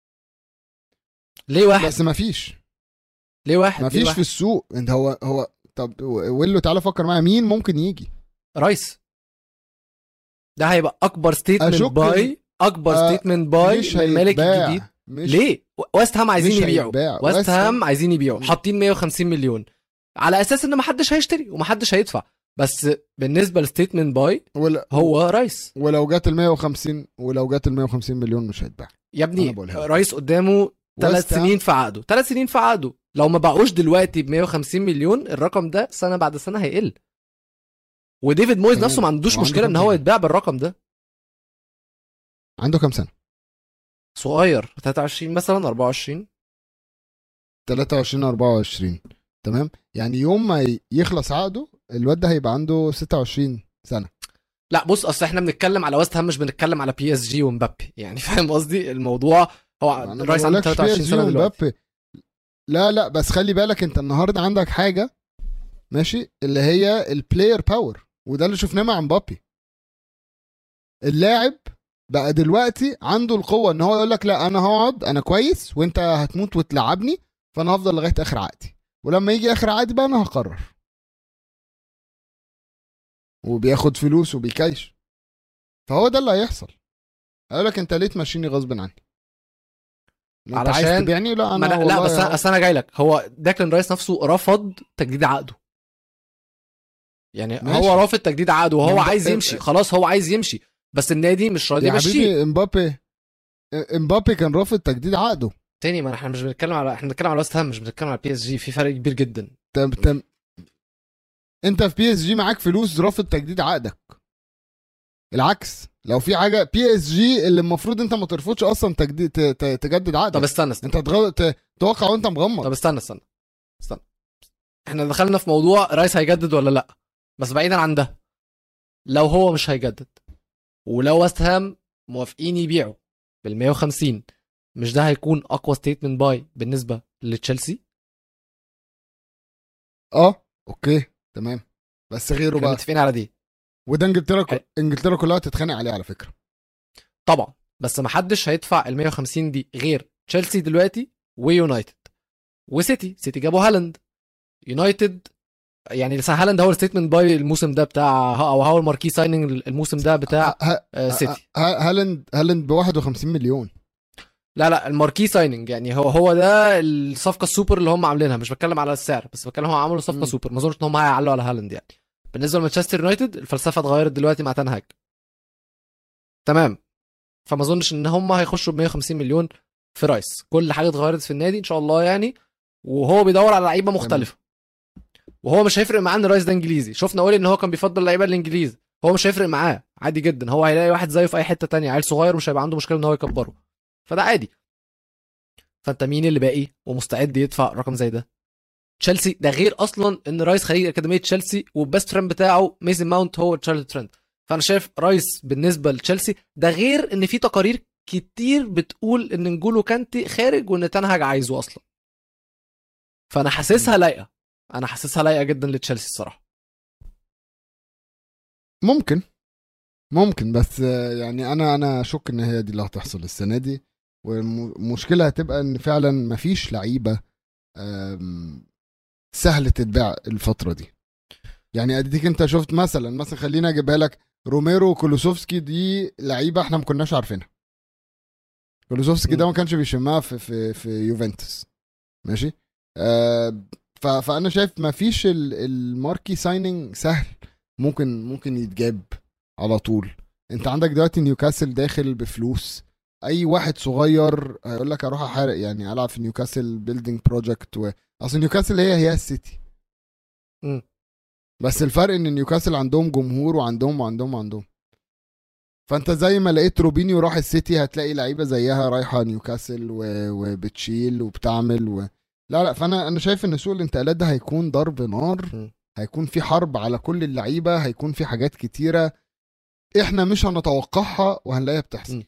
ليه واحد؟ بس مفيش. ليه واحد؟ مفيش واحد في السوق. انت هو طب ويلو تعالى فكر معايا مين ممكن يجي. رايس ده هيبقى اكبر ستيتمنت باي، اكبر ستيتمنت باي من الملك الجديد. ليه؟ ويست هام عايزين يبيعوا، ويست هام عايزين يبيعوا، حاطين 150 مليون على اساس ان محدش هيشتري ومحدش هيدفع. بس بالنسبه للستيتمنت باي هو رايس. ولو جات ال 150 مليون مش هيتباع يا ابني. رايس قدامه 3 سنين في عقده، 3 سنين في عقده. لو ما باعوش دلوقتي ب 150 مليون الرقم ده سنه بعد سنه هيقل. وديفيد مويز نفسه ما عندوش مشكله ان هو يتباع بالرقم ده. عنده كام سنه؟ صغير، 23 مثلا، 24. 23 24 تمام. يعني يوم ما يخلص عقده الواد ده هيبقى عنده 26 سنه. لا بص، اصل احنا بنتكلم على ويست هام مش بنتكلم على بي اس جي ومبابي، يعني فاهم قصدي الموضوع. هو رايس عنده 23 سنه دلوقتي. لا بس خلي بالك انت النهارده عندك حاجه ماشي اللي هي البلاير باور، وده اللي شفناه مع مبابي. اللاعب بقى دلوقتي عنده القوه ان هو يقول لك لا انا هقعد، انا كويس وانت هتموت وتلعبني، فانا هفضل لغايه اخر عقدي، ولما يجي اخر عقدي بقى انا هقرر. وبياخد فلوس وبيكايش. فهو ده اللي هيحصل. هقول لك انت ليه تمشيني غصب عني؟ علشان عايز تبيعني؟ لا انا لا بس انا جاي لك. هو داكلان رايس نفسه رفض تجديد عقده. يعني ماشي. هو رافض تجديد عقده وهو عايز يمشي خلاص، هو عايز يمشي بس النادي مش راضي يمشيه. يا حبيبي امبابي كان رافض تجديد عقده تاني. ما احنا مش بنتكلم على، احنا بنتكلم على ويست هام، مش بنتكلم على بي اس جي. في فرق كبير جدا. انت في بي اس جي معاك فلوس رافض تجديد عقدك. العكس، لو في حاجه بي اس جي اللي المفروض انت ما ترفضش اصلا تجدد عقدك. طب استنى انت توقع وانت مغمض. طب استنى احنا دخلنا في موضوع رايس هيجدد ولا لا. بس بعيدا عن ده، لو هو مش هيجدد ولو ويست هام موافقين يبيعوا بال 150، مش ده هيكون اقوى ستيتمنت باي بالنسبه لتشيلسي؟ اوكي تمام. بس غيره بقى متفقين على دي. وده انجلترا كلها تتخانق عليه على فكره. طبعا، بس ما حدش هيدفع ال 150 دي غير تشيلسي دلوقتي ويونايتد وسيتي. سيتي جابوا هالاند. يونايتد يعني هالاند هو الستيتمنت باي الموسم ده بتاع، او هو الماركي سايننج الموسم ده بتاع سيتي. هالاند ب 51 مليون. لا الماركي سايننج يعني هو ده الصفقه السوبر اللي هم عاملينها. مش بتكلم على السعر بس بتكلم هم عملوا صفقه سوبر. ما اظنش ان هم هيعلوا على هالاند. يعني بالنسبه لمانشستر يونايتد الفلسفه اتغيرت دلوقتي مع تنهاج. تمام. فما اظنش ان هم هيخشوا ب 150 مليون في رايس. كل حاجه اتغيرت في النادي ان شاء الله يعني، وهو بيدور على لعيبه مختلفه. وهو مش هيفرق معاه ان رايس ده انجليزي. شفنا قولي ان هو كان بيفضل اللعيبه الانجليزي، هو مش هيفرق معاه، عادي جدا. هو هيلاقي واحد زيه في اي حته تانية، عيل صغير مش هيبقى عنده مشكله ان هو يكبره، فده عادي. فانت مين اللي باقي ومستعد يدفع رقم زي ده؟ تشيلسي. ده غير اصلا ان رايس خريج اكاديميه تشيلسي، والبيست فريند بتاعه ميسن ماونت هو تشارلز ترينت. فانا شايف رايس بالنسبه لتشيلسي ده، غير ان في تقارير كتير بتقول ان نجولو كانتي خارج وان تنهج عايزه اصلا. فانا حاسسها لايقه، انا حاسسها لايقه جدا لتشيلسي الصراحه. ممكن بس يعني انا اشك ان هي دي اللي هتحصل السنه دي. والمشكله هتبقى ان فعلا مفيش لعيبه سهل تتباع الفتره دي. يعني اديك انت شفت مثلا خلينا اجيبها لك، روميرو وكولوسوفسكي، دي لعيبه احنا ما كناش عارفينها. كولوسوفسكي ده ما كانش بيشمها في يوفنتوس، ماشي. فانا شايف ما فيش الماركي سايننج سهل، ممكن يتجاب على طول. انت عندك دلوقتي نيوكاسل داخل بفلوس، اي واحد صغير هيقول لك اروح احارق يعني العب في نيوكاسل بيلدينج بروجكت اصل نيوكاسل هي السيتي. بس الفرق ان نيوكاسل عندهم جمهور وعندهم فانت زي ما لقيت روبينيو راح السيتي، هتلاقي لعيبه زيها رايحه نيوكاسل وبتشيل وبتعمل لا فانا شايف ان سوق الانتقالات ده هيكون ضرب نار. هيكون في حرب على كل اللعيبه، هيكون في حاجات كتيره احنا مش هنتوقعها وهنلاقيها بتحصل.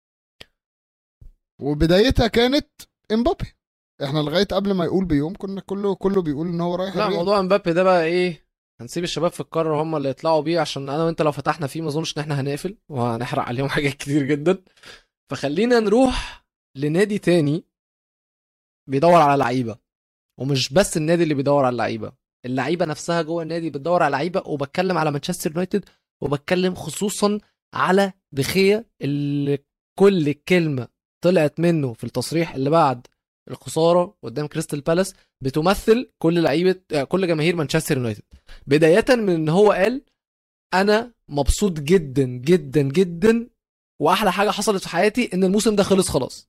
وبدايتها كانت امبابي. احنا لغايه قبل ما يقول بيوم كنا كله بيقول ان هو رايح لا الريال. موضوع امبابي ده بقى ايه، هنسيب الشباب في القاره هم اللي يطلعوا بيه، عشان انا وانت لو فتحنا فيه ما اظنش ان احنا هنقفل وهنحرق عليهم حاجات كتير جدا. فخلينا نروح لنادي تاني بيدور على لعيبه، ومش بس النادي اللي بيدور على لعيبه، اللعيبه نفسها جوه النادي بتدور على لعيبه. وبتكلم على مانشستر يونايتد، وبتكلم خصوصا على دخية اللي كل كلمه طلعت منه في التصريح اللي بعد الخساره قدام كريستال بالاس بتمثل كل لعيبه كل جماهير مانشستر يونايتد. بدايه من ان هو قال انا مبسوط جدا جدا جدا، واحلى حاجه حصلت في حياتي ان الموسم ده خلص خلاص.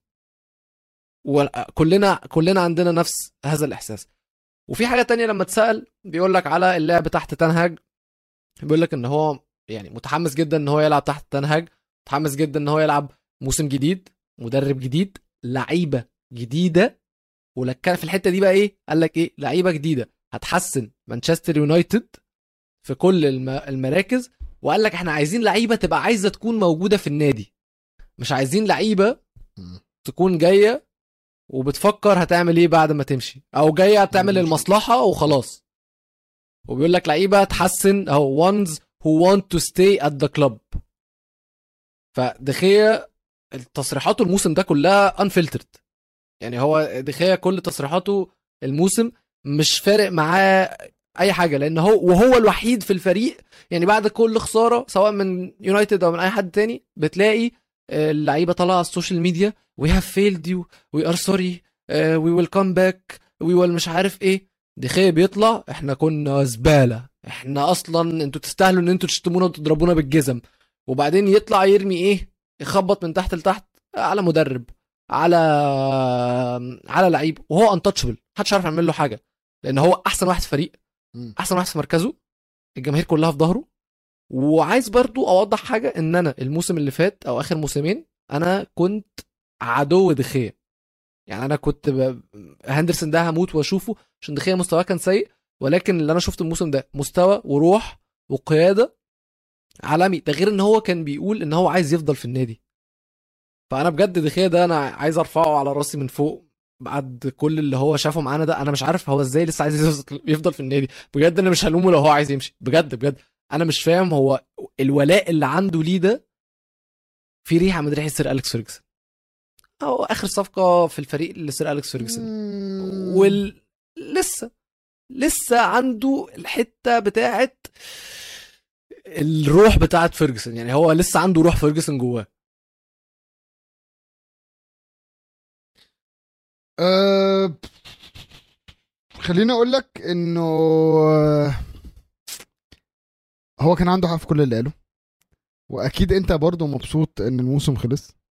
وكلنا عندنا نفس هذا الاحساس. وفي حاجه تانية لما اتسال بيقول لك على اللعب تحت تنهج، بيقول لك ان هو يعني متحمس جدا ان هو يلعب تحت تنهج، متحمس جدا ان هو يلعب موسم جديد، مدرب جديد، لعيبه جديده. ولك في الحته دي بقى ايه، قال لك ايه، لعيبه جديده هتحسن مانشستر يونايتد في كل المراكز. وقال لك احنا عايزين لعيبه تبقى عايزه تكون موجوده في النادي، مش عايزين لعيبه تكون جايه وبتفكر هتعمل ايه بعد ما تمشي، او جايه تعمل المصلحه وخلاص. وبيقول لك لعيبه تحسن او ones who want to stay at the club. فدخية تصريحاته الموسم ده كلها unfiltered. يعني هو دخية كل تصريحاته الموسم مش فارق معاه اي حاجه، لان وهو الوحيد في الفريق. يعني بعد كل خساره سواء من يونايتد او من اي حد تاني بتلاقي اللعيبه طالعه على السوشيال ميديا we have failed you we are sorry we will come back we will مش عارف ايه. دخية بيطلع احنا كنا زباله، احنا اصلا انتوا تستاهلوا ان انتوا تشتمونا وتضربونا بالجزم. وبعدين يطلع يرمي ايه، يخبط من تحت لتحت على مدرب، على لعيب، وهو انتاتشبل محدش عارف يعمل له حاجه، لان هو احسن واحد في فريق، احسن واحد في مركزه، الجماهير كلها في ظهره. وعايز برضو اوضح حاجه، ان انا الموسم اللي فات او اخر موسمين انا كنت عدو دخية. يعني انا كنت هندرسون ده هموت واشوفه عشان دخية مستواه كان سيء، ولكن اللي انا شفته الموسم ده مستوى وروح وقياده عالمي. ده غير ان هو كان بيقول ان هو عايز يفضل في النادي. فانا بجد دخية ده انا عايز ارفعه على راسي من فوق بعد كل اللي هو شافه معانا ده. انا مش عارف هو ازاي لسه عايز يفضل في النادي. بجد انا مش هلومه لو هو عايز يمشي، بجد انا مش فاهم هو الولاء اللي عنده ليه ده في ريحه من ريحه سير اليكس فيرجسون، او اخر صفقه في الفريق لسير اليكس فيرجسون. لسه عنده الحته بتاعت الروح بتاعت فيرجسون. يعني هو لسه عنده روح فيرجسون جواه. خليني اقول لك انه هو كان عنده حق في كل اللي قاله، واكيد انت برضو مبسوط ان الموسم خلص.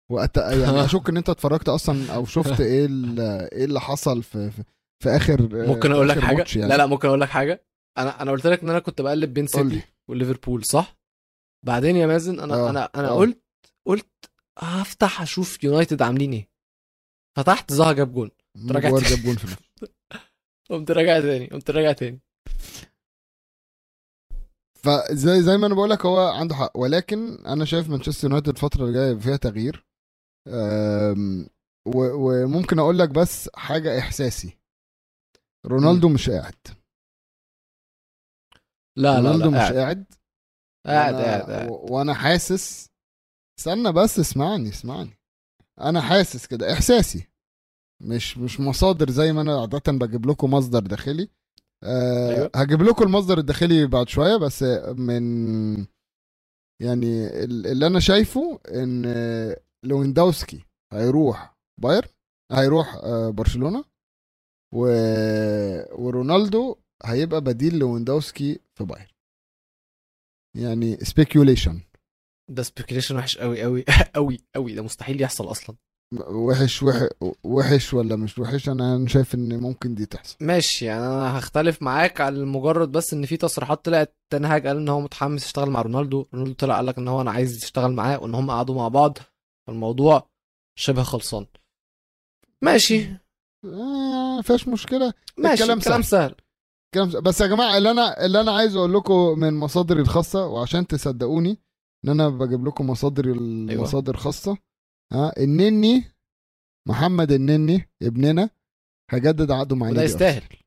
يعني اشك ان انت اتفرجت اصلا او شفت ايه اللي حصل في اخر ممكن اقول لك آخر حاجه؟ ماتش يعني. لا ممكن اقول لك حاجه. انا قلت لك ان انا كنت بقلب بين قول لي. سيتي وليفربول، صح؟ بعدين يا مازن انا اه قلت هفتح اشوف يونايتد عاملين ايه. فتحت زها جاب جون، رجعت ماجوار جاب جون في نفسه. قمت راجع تاني. فزي ما انا بقول لك هو عنده حق، ولكن انا شايف مانشستر يونايتد الفتره اللي جايه فيها تغيير. وممكن اقول لك بس حاجه احساسي، رونالدو مش قاعد. لا رونالدو مش قاعد قاعد. قاعد وانا قاعد قاعد. وانا حاسس، استنى بس اسمعني. انا حاسس كده احساسي، مش مصادر زي ما انا عاده بجيب لكم مصدر داخلي. ايوه هجيب لكم المصدر الداخلي بعد شويه، بس من يعني اللي انا شايفه ان لويندوسكي هيروح بايرن، هيروح برشلونه، و... ورونالدو هيبقى بديل لويندوسكي في بايرن. يعني سبيكيوليشن. ده سبيكيليشن وحش قوي قوي قوي قوي، ده مستحيل يحصل اصلا. وحش ولا مش وحش، انا شايف ان ممكن دي تحصل. ماشي يعني انا هختلف معاك على المجرد بس ان في تصريحات طلعت تين هاج قال ان هو متحمس يشتغل مع رونالدو طلع قال لك ان هو انا عايز يشتغل معاه وان هم قعدوا مع بعض. الموضوع شبه خلصان. ماشي فيش مشكله. ماشي الكلام الكلام سهل. سهل. بس يا جماعه اللي انا عايز اقول لكم من مصادري الخاصه، وعشان تصدقوني ان انا بجيب لكم مصادري ايوه المصادر خاصه. النني، محمد النني ابننا هيجدد عقده مع وده نادي يستاهل. ارسنال.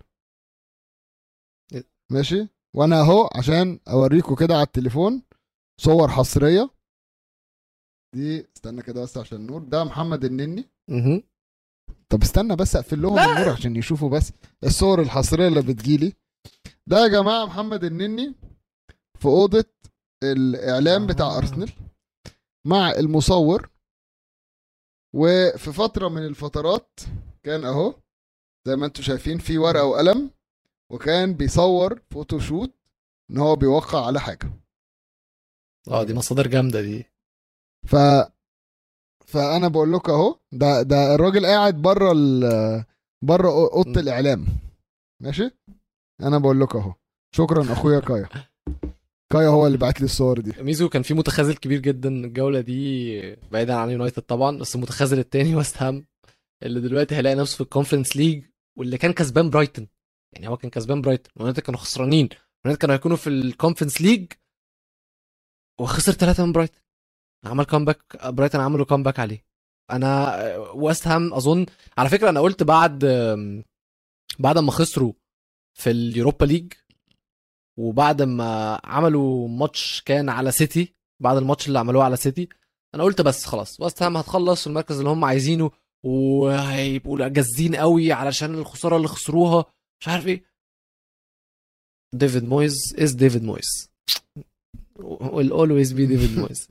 ماشي. وانا اهو عشان اوريكم كده على التليفون صور حصريه دي. استنى كده بس عشان النور، ده محمد النني. مهم. طب استنى بس اقفل لهم لا النور عشان يشوفوا بس الصور الحصريه اللي بتجيلي. ده يا جماعه محمد النني في اوضه الاعلام بتاع ارسنال مع المصور. وفي فتره من الفترات كان اهو زي ما انتم شايفين في ورقه وقلم، وكان بيصور فوتوشوت ان هو بيوقع على حاجه. دي مصادر جامده دي. ف فانا بقول لكم اهو، ده الراجل قاعد بره بره اوضه الاعلام. ماشي. انا بقول لكم اهو، شكرا اخويا كايا. كايا هو اللي بعت لي الصور دي. ميزو كان في متخاذل كبير جدا الجوله دي بعيدا عن يونايتد طبعا، بس المتخاذل التاني ويست هام اللي دلوقتي هيلاقي نفسه في الكونفرنس ليج، واللي كان كسبان برايتون. يعني هو كان كسبان برايتون ويونايتد كانوا خسرانين، يونايتد كانوا هيكونوا في الكونفرنس ليج وخسر 3 من برايتون. عمل كومباك، برايتون عملوا كومباك عليه. انا ويست هام اظن، على فكره انا قلت بعد ما خسروا في اليوروبا ليج وبعد ما عملوا ماتش كان على سيتي، بعد الماتش اللي عملوه على سيتي انا قلت بس خلاص ويست هام هتخلص المركز اللي هم عايزينه وهيبقوا جازين قوي علشان الخساره اللي خسروها مش عارف ايه. ديفيد مويز از ديفيد مويز will always be ديفيد مويز.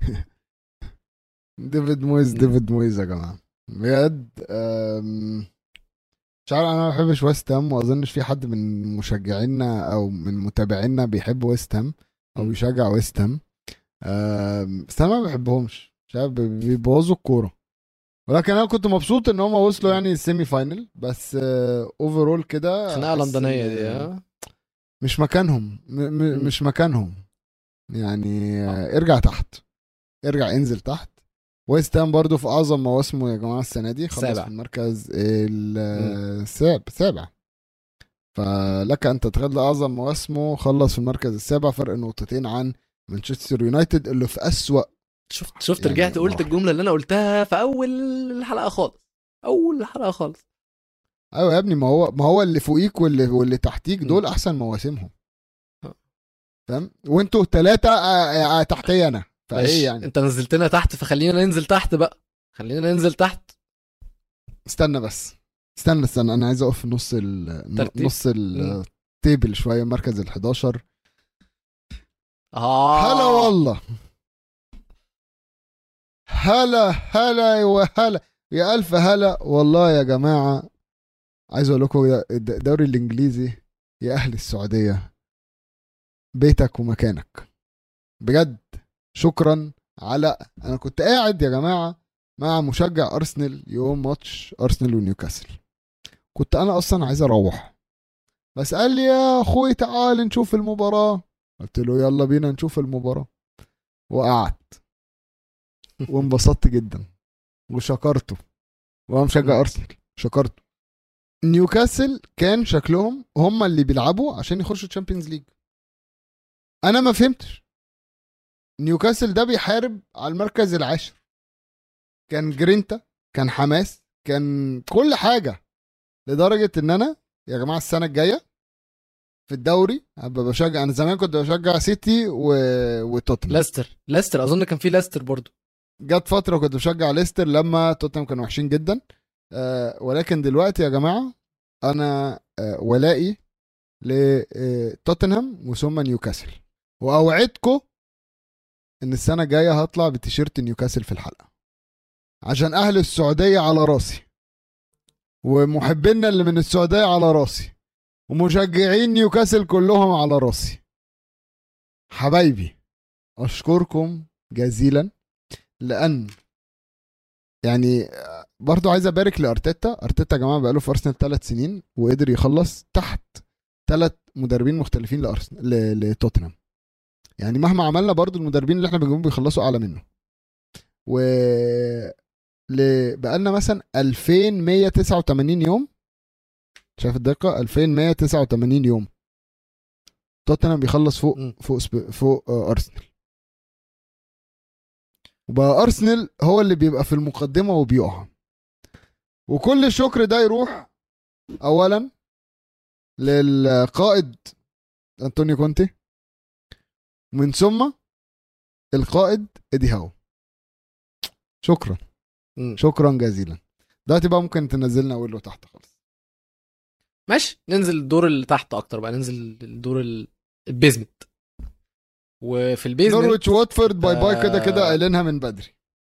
ديفيد مويز يا جماعه بجد. مش عارف، انا ما بحبش ويست هام، واظنش في حد من مشجعينا او من متابعينا بيحب ويست هام او بيشجع ويست هام. بس انا ما بحبهمش، مش عارف بيبوظوا الكوره. ولكن انا كنت مبسوط ان هم وصلوا يعني السيمي فاينل، بس اوفرول كده خناقه لندنيه دي مش مكانهم. مش مكانهم يعني. ارجع تحت، ارجع انزل تحت. ويست هام برضو في اعظم مواسمه يا جماعه السنه دي، خلص سابع. في المركز السابع. فلك ان تتخيل اعظم مواسمه خلص في المركز السابع، فرق نقطتين عن مانشستر يونايتد اللي في اسوأ. شفت يعني رجعت قلت الجمله اللي انا قلتها في اول الحلقه خالص. اول حلقه خالص. ايوه يا ابني، ما هو اللي فوقيك واللي تحتيك دول احسن مواسمهم. فاهم؟ وانتوا الثلاثه تحتي انا، فايه يعني. انت نزلتنا تحت فخلينا ننزل تحت بقى. خلينا ننزل تحت. استنى بس، استنى انا عايز اقف في نص التيبل شويه، مركز ال11. هلا والله، هلا وهلا يا الف هلا والله يا جماعه. عايز اقول لكم الدوري الانجليزي يا اهل السعوديه بيتك ومكانك بجد. شكرا على، انا كنت قاعد يا جماعه مع مشجع ارسنال يوم ماتش ارسنال ونيوكاسل. كنت انا اصلا عايز اروح، بس قال لي يا اخوي تعال نشوف المباراة. قلت له يلا بينا نشوف المباراة، وقعدت وانبسطت جدا وشكرته، وهو مشجع ارسنال شكرته. نيوكاسل كان شكلهم هم اللي بيلعبوا عشان يخشوا تشامبيونز ليج. انا ما فهمتش، نيوكاسل ده بيحارب على المركز العاشر، كان جرينتا، كان حماس، كان كل حاجة، لدرجة ان انا يا جماعة السنة الجاية في الدوري ابقى بشجع. انا زمان كنت بشجع سيتي وتوتنهام. ليستر اظن كان في ليستر برضو. جت فترة كنت بشجع ليستر لما توتنهام كانوا وحشين جدا. ولكن دلوقتي يا جماعة انا ولائي لتوتنهام وثم نيوكاسل. واوعدكم ان السنة الجاية هطلع بتيشيرت نيوكاسل في الحلقة، عشان اهل السعودية على راسي، ومحبينا اللي من السعودية على راسي، ومشجعين نيوكاسل كلهم على راسي. حبايبي اشكركم جزيلا، لان يعني برضو عايز ابارك لارتيتا. ارتيتا يا جماعه بقاله في ارسنال 3 سنين وقدر يخلص تحت 3 مدربين مختلفين لارسنال لتوتنهام. يعني مهما عملنا برضو المدربين اللي احنا بنجيبهم بيخلصوا اعلى منه. و بقالنا مثلا 2189 يوم، شايف الدقه؟ 2189 يوم توتنهام بيخلص فوق ارسنال. وبقى ارسنال هو اللي بيبقى في المقدمه وبيقع. وكل الشكر ده يروح اولا للقائد انطونيو كونتي، ومن ثم القائد ايدي هاو. شكرا شكرا جزيلا. دلوقتي بقى ممكن تنزلنا اقول له تحت خالص. ماشي، ننزل الدور اللي تحت اكتر بقى، ننزل الدور البيزمنت. وفي البيزمنت نورويتش واتفورد باي باي كده كده قايلينها من بدري.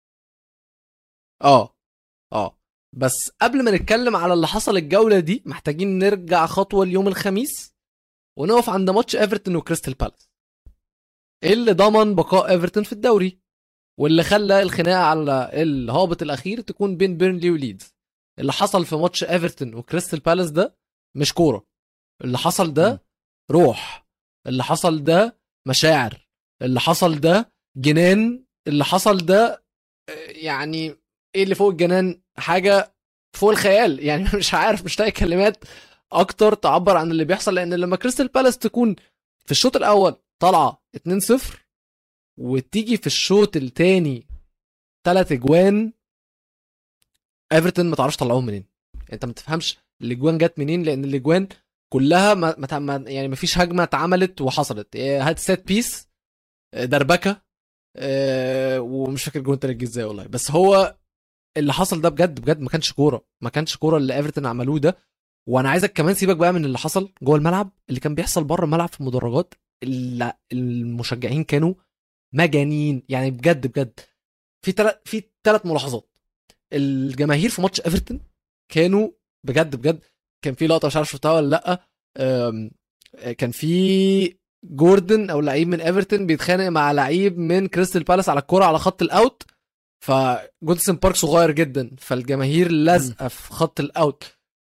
بس قبل ما نتكلم على اللي حصل الجولة دي محتاجين نرجع خطوة اليوم الخميس ونقف عند ماتش ايفرتون وكريستال بالاس، اللي ضمن بقاء ايفرتون في الدوري، واللي خلى الخناقة على الهابط الأخير تكون بين بيرنلي وليدز. اللي حصل في ماتش ايفرتون وكريستال بالاس ده مش كورة، اللي حصل ده روح، اللي حصل ده مشاعر، اللي حصل ده جنان، اللي حصل ده يعني ايه اللي فوق الجنان؟ حاجة فوق الخيال يعني. مش عارف، مش لاقي كلمات اكتر تعبر عن اللي بيحصل. لان لما كريستال بالاس تكون في الشوط الاول طالعة 2-0 وتيجي في الشوط الثاني 3 اجوان، ايفرتون ما تعرفش طلعوهم منين. انت ما تفهمش الاجوان جت منين، لان الاجوان كلها يعني ما فيش هجمه اتعملت وحصلت. هات سيت بيس دربكه، ومش فاكر الجون التالت ازاي والله. بس هو اللي حصل ده بجد بجد ما كانش كوره، ما كانش كوره اللي ايفرتون عملوه ده. وانا عايزك كمان سيبك بقى من اللي حصل جوه الملعب، اللي كان بيحصل بره الملعب في المدرجات. المشجعين كانوا مجانين يعني بجد بجد. في ثلاث ملاحظات. الجماهير في ماتش ايفرتون كانوا بجد بجد. كان في لقطه مش عارف شفتها ولا لا، كان في جوردن او لعيب من ايفرتون بيتخانق مع لعيب من كريستال بالاس على الكرة على خط الاوت، فجودسون بارك صغير جدا فالجماهير لازقه في خط الاوت.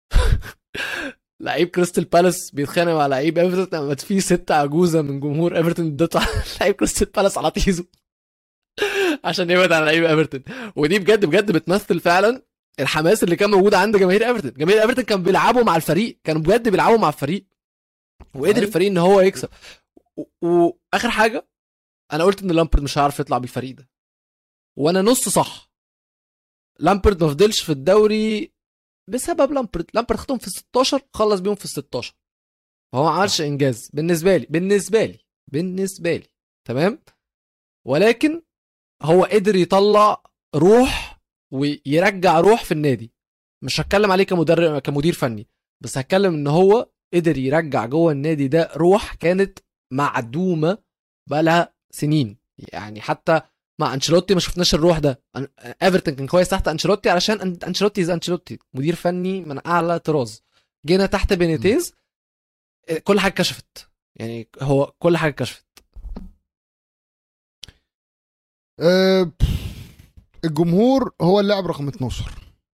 لعيب كريستال بالاس بيتخانق مع لعيب ايفرتون، اما في 6 عجوزه من جمهور ايفرتون ادت لعيب كريستال بالاس على تيزو عشان يبعد عن لعيب ايفرتون. ودي بجد بجد بتمثل فعلا الحماس اللي كان موجود عند جماهير ايفرتون. جماهير ايفرتون كانوا بيلعبوا مع الفريق، كانوا بجد بيلعبوا مع الفريق، وقدر الفريق ان هو يكسب. واخر حاجه، انا قلت ان لامبرد مش هيعرف يطلع بالفريق ده، وانا نص صح. لامبرد ما فضلش في الدوري بسبب لامبرد خدهم في 16 خلص بيهم في 16، فهو ما عملش انجاز بالنسبه لي تمام. ولكن هو قدر يطلع روح ويرجع روح في النادي. مش هتكلم عليه كمدير فني، بس هتكلم ان هو قدر يرجع جوه النادي ده روح كانت معدومه بقالها سنين. يعني حتى مع انشيلوتي ما شفناش الروح ده. ايفرتون كان كويس تحت انشيلوتي علشان انشيلوتي مدير فني من اعلى طراز. جينا تحت بينيتيز كل حاجه كشفت، يعني هو كل حاجه كشفت. الجمهور هو اللاعب رقم 12،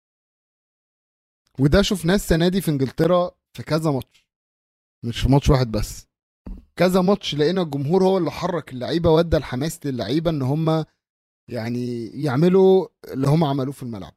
وده شفناه السنه دي في انجلترا في كذا ماتش، مش في ماتش واحد بس، كذا ماتش لقينا الجمهور هو اللي حرك اللعيبه، وادى الحماس للعيبه ان هم يعني يعملوا اللي هم عملوه في الملعب.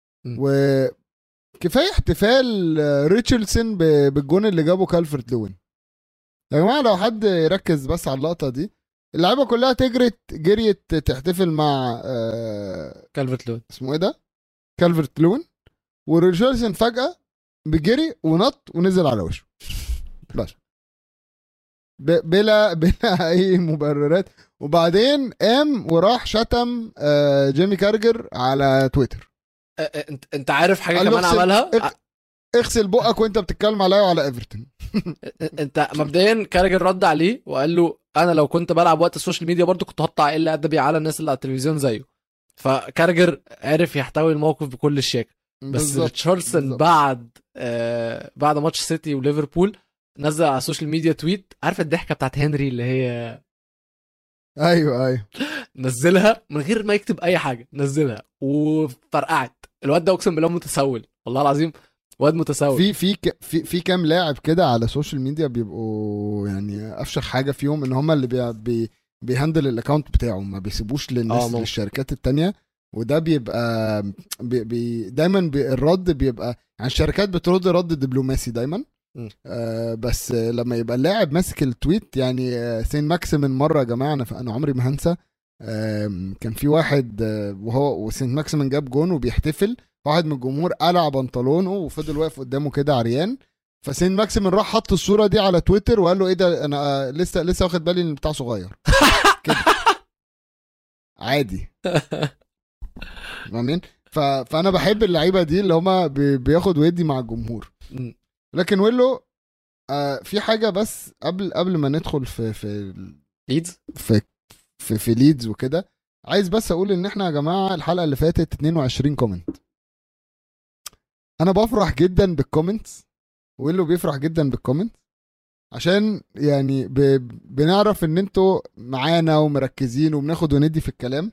وكفايه احتفال ريتشاردسون بالجون اللي جابه كالفرت لوين. يا جماعه لو حد يركز بس على اللقطه دي، اللعيبه كلها جريت تحتفل مع كالفرت لوين، اسمه ايه ده، كالفرت لوين، وريتشاردسون فجاه بجري ونط ونزل على وشه بس بلا اي مبررات. وبعدين قام وراح شتم جيمي كارجر على تويتر. انت عارف حاجه قال له كمان عملها؟ اغسل بقك وانت بتتكلم عليا وعلى ايفرتون. انت مبدئيا كارجر رد عليه وقال له انا لو كنت بلعب وقت السوشيال ميديا برضو كنت هقطع قله ادبي على الناس اللي على التلفزيون زيه. فكارجر عرف يحتوي الموقف بكل الشياكه. بس ريتشاردسون بعد ماتش سيتي وليفربول نزل على السوشيال ميديا تويت، عارف الضحكه بتاعت هنري اللي هي ايوه نزلها من غير ما يكتب اي حاجه، نزلها وفرقعت. الواد ده اقسم بالله متسول، والله العظيم واد متسول. في كام لاعب كده على السوشيال ميديا بيبقوا يعني افشخ حاجه فيهم ان هم اللي بيهندل الاكونت بتاعه، ما بيسيبوش للناس للشركات التانية. وده بيبقى دايما الرد بيبقى يعني الشركات بترد رد دبلوماسي دايما. بس لما يبقى اللاعب ماسك التويت يعني سين ماكسيمن مره يا جماعه، انا عمري ما هنسى. كان في واحد وسين ماكسيمن جاب جون وبيحتفل، واحد من الجمهور قلع بنطلونه وفضل واقف قدامه كده عريان. فسين ماكسيمن راح حط الصوره دي على تويتر وقال له ايه ده، انا لسه واخد بالي ان بتاع صغير كده عادي. فاهمين؟ فانا بحب اللعيبه دي اللي هما بياخد ويدي مع الجمهور. لكن ويلو في حاجه بس قبل ما ندخل في ليدز في ليدز وكده، عايز بس اقول ان احنا يا جماعه الحلقه اللي فاتت 22 كومنت. انا بفرح جدا بالكومنتس، ويلو بيفرح جدا بالكومنت، عشان يعني بنعرف ان انتوا معانا ومركزين وبناخد وندي في الكلام.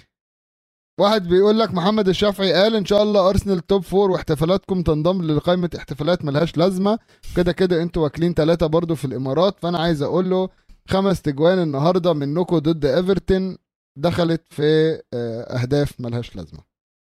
واحد بيقول لك محمد الشافعي قال ان شاء الله ارسنال توب 4 واحتفالاتكم تنضم لقائمه احتفالات ملهاش لازمه، كده كده انتوا واكلين 3 برضو في الامارات. فانا عايز اقول له 5 تجوان النهارده منكم ضد ايفرتون دخلت في اهداف ملهاش لازمه.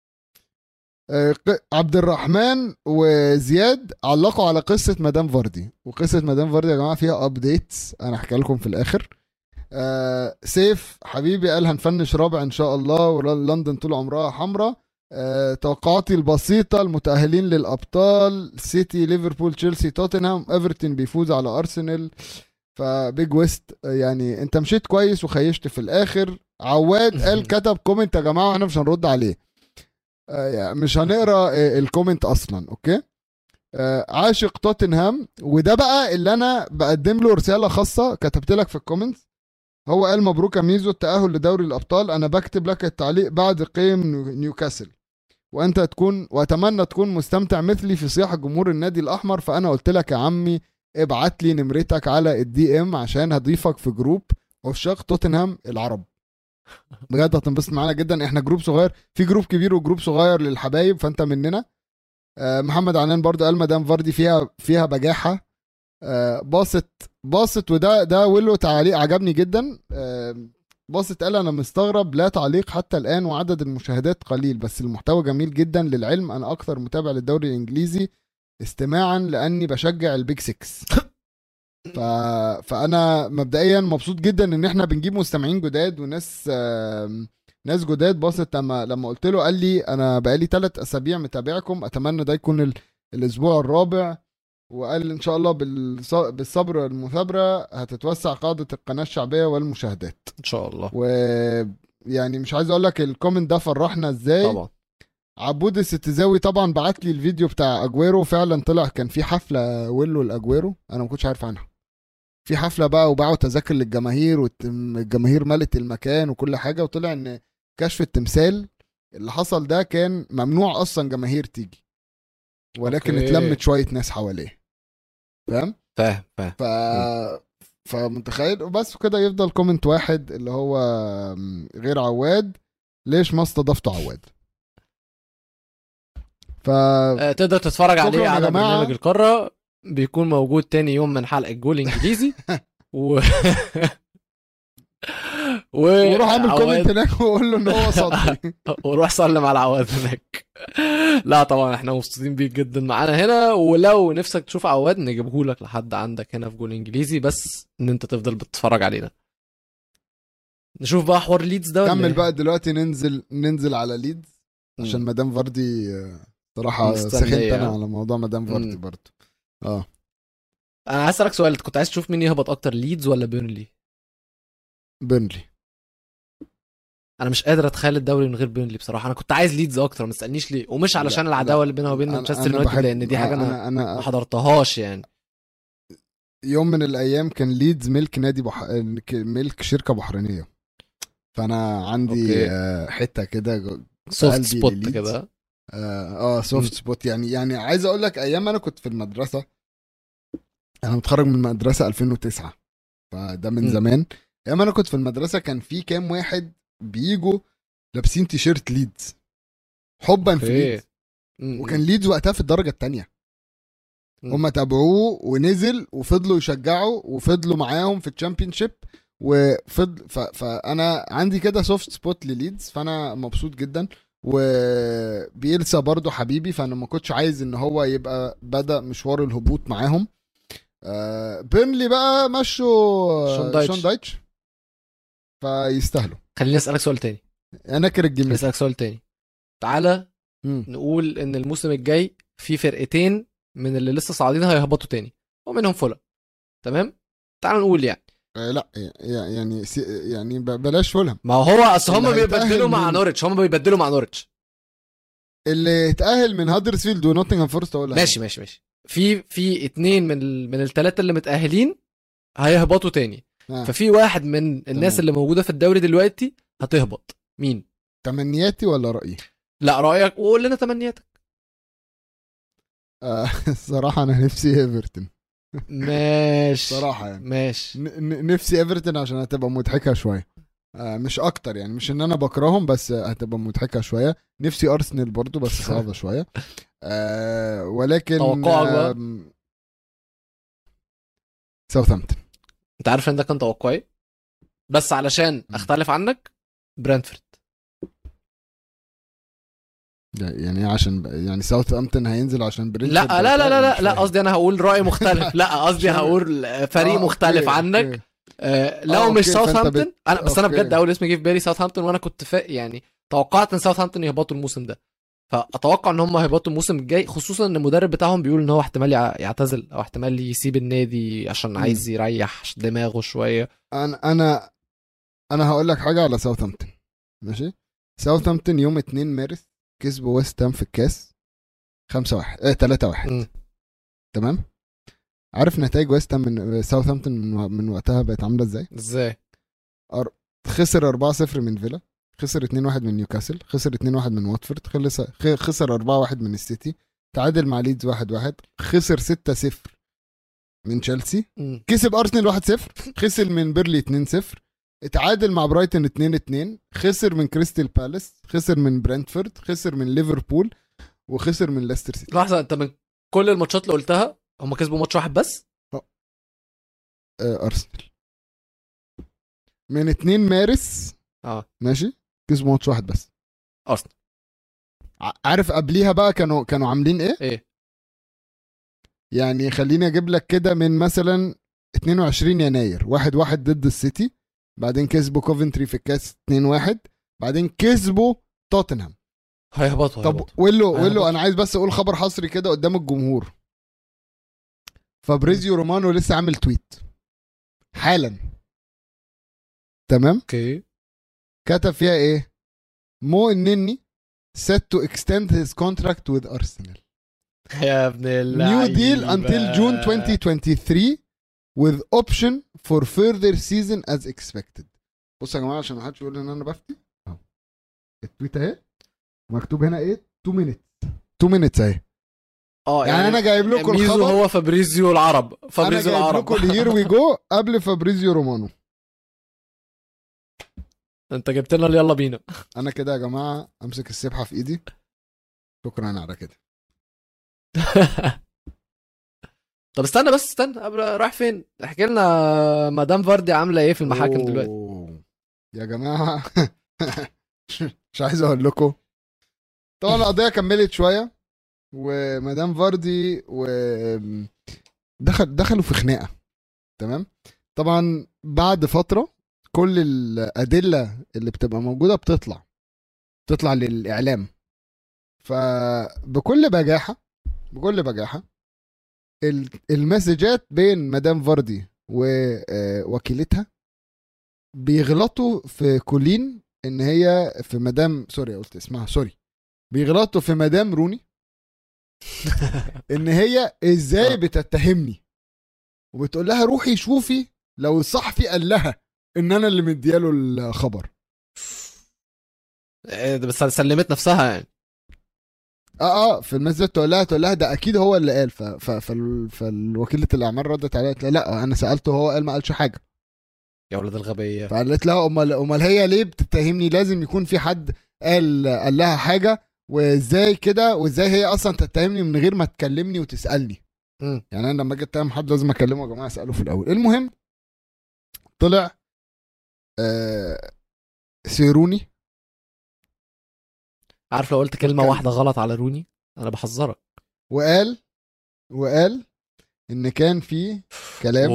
عبد الرحمن وزياد علقوا على قصه مدام فاردي، وقصه مدام فاردي يا جماعه فيها ابديتس انا هحكي لكم في الاخر. سيف حبيبي قال هنفنش رابع ان شاء الله، ولندن طول عمرها حمراء. توقعاتي البسيطه المتاهلين للابطال سيتي ليفربول تشيلسي توتنهام، ايفرتون بيفوز على ارسنال. فبيج ويست يعني انت مشيت كويس وخيشت في الاخر. عواد قال كتب كومنت يا جماعه احنا مش هنرد عليه، يعني مش هنقرا الكومنت اصلا. اوكي. عاشق توتنهام، وده بقى اللي انا بقدم له رساله خاصه كتبت لك في الكومنت. هو قال مبروك يا ميزو التأهل لدوري الأبطال، أنا بكتب لك التعليق بعد قيم نيوكاسل، وأنت وأتمنى تكون مستمتع مثلي في صياح جمهور النادي الأحمر. فأنا قلت لك يا عمي ابعت لي نمرتك على الدي ام عشان هضيفك في جروب عشاق توتنهام العرب. بجد هتنبسط معانا جدا، احنا جروب صغير، في جروب كبير وجروب صغير للحبايب، فانت مننا. محمد عنان برضو قال مدام فاردي فيها بجاحة. باصت وده ويلو تعليق عجبني جدا. باصت قال انا مستغرب لا تعليق حتى الان وعدد المشاهدات قليل، بس المحتوى جميل جدا. للعلم انا اكثر متابع للدوري الانجليزي استماعا لاني بشجع البيج 6. فانا مبدئيا مبسوط جدا ان احنا بنجيب مستمعين جداد وناس ناس جداد. باصت لما قلت له قال لي انا بقالي 3 اسابيع متابعكم، اتمنى ده يكون الاسبوع الرابع. وقال ان شاء الله بالصبر والمثابره هتتوسع قاعده القناه الشعبيه والمشاهدات ان شاء الله. ويعني مش عايز اقول لك الكومنت ده فرحنا ازاي. طبعا عبود الستزاوي طبعا بعت لي الفيديو بتاع اجويرو، فعلا طلع كان في حفله ويلو الاجويرو انا ما كنتش عارف عنها، في حفله بقى وباعوا تذاكر للجماهير والجماهير ملت المكان وكل حاجه، وطلع ان كشف التمثال اللي حصل ده كان ممنوع اصلا جماهير تيجي، ولكن اتلمت شويه ناس حواليه. فاهم فمتخيل. بس كده يفضل كومنت واحد اللي هو غير عواد. ليش ما استضفتوا عواد؟ ف تقدر تتفرج شكراً عليه يا على جماعة. برنامج القارة، بيكون موجود تاني يوم من حلقة جول انجليزي و وروح اعمل عواد- كومنت هناك وقول له ان هو صدري. وروح سلم على عواد هناك. لا طبعا احنا مبسوطين بيك جدا معانا هنا، ولو نفسك تشوف عواد نجيبهولك لحد عندك هنا في جول انجليزي، بس ان انت تفضل بتتفرج علينا. نشوف بقى حوار ليدز ده ولا كمل إيه؟ بقى دلوقتي، ننزل على ليدز عشان مم. مدام فاردي صراحة مستنية. سخنت انا على موضوع مدام فاردي برضه. انا عايز اسالك سؤال، كنت عايز تشوف مين يهبط اكتر، ليدز ولا بيرنلي؟ بيرنلي. انا مش قادر اتخيل الدوري من غير بيرنلي بصراحه. انا كنت عايز ليدز اكتر، ما تسالنيش ليه، ومش علشان لا، العداوه لا. اللي بينها وبين أنا مانشستر يونايتد، بحب- لان دي حاجه انا ما انا حضرتهاش يعني. يوم من الايام كان ليدز ملك نادي ملك شركة بحرينية، فانا عندي أوكي. حتة كده في سوفت قلبي سبوت لليدز. كده. سوفت سبوت يعني عايز اقول لك ايام انا كنت في المدرسة، انا متخرج من مدرسة 2009، فده من مم. زمان. ايام انا كنت في المدرسة كان في كام واحد بيجوا لابسين تيشيرت ليدز حبا في اوكي. ليدز، وكان ليدز وقتها في الدرجة التانية. مم. هم تابعوه ونزل وفضلوا يشجعوا وفضلوا معاهم في الشامبيونشيب فانا عندي كده سوفت سبوت لليدز، فانا مبسوط جدا. وبيلسا برضو حبيبي، فانا ما كنتش عايز ان هو يبقى بدأ مشوار الهبوط معاهم. بيرنلي بقى مشوا شون دايتش فيستاهلوا. خليني اسالك سؤال تاني. انا كره الجيم. خليني اسالك سؤال تاني. تعالى نقول ان الموسم الجاي في فرقتين من اللي لسه صاعدين هيهبطوا تاني، ومنهم فولا. تمام، تعال نقول يعني لا يعني بلاش فولهام. ما هو اصل هم اللي بيبدلوا هيتأهل مع من- نورتش، هم بيبدلوا مع نورتش. اللي اتأهل من هادرسفيلد ونوتنغهام فورست ولا ماشي. في اتنين من الثلاثه اللي متاهلين هيهبطوا تاني. ففي واحد من الناس تمام. اللي موجوده في الدوري دلوقتي هتهبط. مين؟ تمنياتي ولا رأيي؟ لا رايك، وقول لنا تمنياتك. الصراحة أنا نفسي ايفرتون. ماشي صراحة يعني ماشي. نفسي ايفرتون عشان هتبقى مضحكة شوية. مش أكتر يعني، مش إن أنا بكرههم بس هتبقى مضحكة شوية. نفسي أرسنال برضو بس صعبة شوية. ولكن توقعك بقى؟ ساوثهامبتون. انت عارف ان ده كان توقعي، بس علشان اختلف عنك برنتفورد. يعني عشان يعني ساوثهامبتون هينزل عشان برينتفورد؟ لا قصدي انا هقول رأي مختلف. لا قصدي هقول فريق مختلف عنك. أوكي. لو مش أوكي، فأنت ساوثهامبتون انا بس انا أوكي. بجد اول اسم جه في بالي ساوثهامبتون، وانا كنت يعني توقعت ان ساوثهامبتون يهبطوا الموسم ده، فاتوقع ان هم هيهبطوا الموسم الجاي، خصوصا ان المدرب بتاعهم بيقول ان هو احتمال يعتزل او احتمال يسيب النادي عشان عايز يريح دماغه شويه. انا هقول لك حاجه على ساوثهامبتون. ماشي، ساوثهامبتون يوم 2 مارس كسبوا ويست هام في الكاس 5-1 3-1. تمام. عارف نتائج ويست هام من ساوثهامبتون من وقتها بقت عامله ازاي؟ خسر 4-0 من فيلا، خسر 2-1 من نيوكاسل، خسر 2-1 من واتفورد، خسر 4-1 من السيتي، تعادل مع ليدز 1-1، خسر 6-0 من تشيلسي، كسب ارسنال 1-0، خسر من بيرلي 2-0، اتعادل مع برايتون 2-2، خسر من كريستال بالاس، خسر من برنتفورد، خسر من ليفربول، وخسر من ليستر سيتي. لحظه، انت من كل الماتشات اللي قلتها هم كسبوا ماتش واحد بس؟ ارسنال من 2 مارس ماشي كسبوا ماتش واحد بس ارسنال. عارف قبليها بقى كانوا عاملين ايه؟ يعني خليني اجيب لك كده من مثلا 22 يناير 1-1 ضد السيتي، بعدين كسبوا كوفنتري في الكاس 2-1، بعدين كسبوا توتنهام. هيهبطوا. طب ويلو انا عايز بس اقول خبر حصري كده قدام الجمهور. فابريزيو رومانو لسه عامل تويت حالا، تمام؟ اوكي. كتب فيها ايه؟ مو النني set to extend his contract with Arsenal. يا ابن الله. New deal until June 2023 with option for further season as expected. بصوا يا جماعه عشان ما حدش يقول ان انا بفتي، التويت اهي مكتوب هنا ايه 2 minutes اهي. يعني انا جايب لكم ميزو الخبر، هو فابريزيو العرب. فابريزيو انا جايب العرب لكم الهير وي جو قبل فابريزيو رومانو. انت جبت لنا يلا بينا. انا كده يا جماعه امسك السبحه في ايدي. شكرا على كده. طب استنى بس، استنى رايح فين؟ احكي لنا مدام فاردي عامله ايه في المحاكم دلوقتي؟ يا جماعه مش عايز اقول لكم. طبعا القضيه كملت شويه، ومدام فاردي دخلوا في خناقه. تمام. طبعا بعد فتره كل الادله اللي بتبقى موجوده بتطلع للاعلام. فبكل بجاحه المسجات بين مدام فاردي ووكيلتها بيغلطوا في كولين، ان هي في مدام سوري قلت اسمها سوري، بيغلطوا في مدام روني ان هي ازاي بتتهمني، وبتقول لها روحي شوفي لو الصحفي قال لها ان انا اللي مدياله الخبر. بس سلمت نفسها يعني. في المسجد تقول لها ده اكيد هو اللي قال. فالوكيلة الاعمال ردت عليها قالت لها لا انا سالته هو قال ما قالش حاجه. يا ولاد الغبيه. فقالت لها امال هي ليه بتتهمني؟ لازم يكون في حد قال لها حاجه، وازاي كده؟ وازاي هي اصلا تتهمني من غير ما تكلمني وتسالني؟ يعني انا لما اجي اتهم حد لازم اكلمه يا جماعه، اساله في الاول. المهم طلع سيروني. عارف لو قلت كلمه واحده غلط على روني انا بحذرك. وقال ان كان في كلام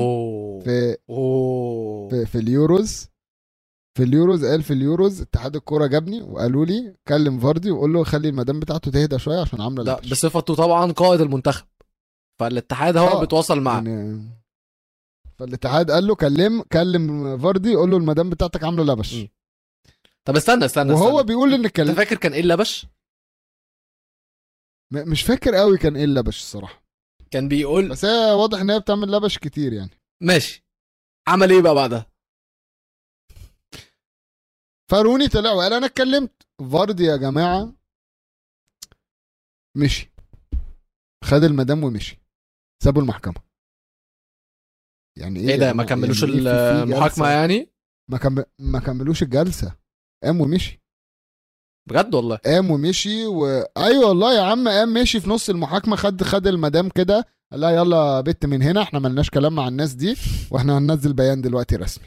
في اليوروز. قال في اليوروز اتحاد الكوره جابني وقالوا لي كلم فاردي وقول له خلي المدام بتاعته تهدى شويه عشان عامله لا لبش. بصفته طبعا قائد المنتخب، فالاتحاد هو بيتواصل معاه يعني. فالاتحاد قال له كلم فاردي قول له المدام بتاعتك عامله لبش. طب استنى وهو بيقول ان انت فاكر كان ايه اللبش؟ مش فاكر قوي كان ايه اللبش الصراحه. كان بيقول بس هي واضح ان هي بتعمل لبش كتير يعني. ماشي. عمل ايه بقى بعدها؟ فروني طلع وقال انا اتكلمت. فاردي يا جماعه مشي، خد المدام ومشي، سابوا المحكمه. يعني ايه ده؟ ما كملوش المحاكمه يعني؟ ما كملوش الجلسه، قام ومشي. بجد والله؟ قام ومشي ايوه والله يا عم، قام مشي في نص المحاكمه، خد المدام كده قال لها يلا بت من هنا، احنا ملناش كلام مع الناس دي، واحنا هننزل بيان دلوقتي رسمي.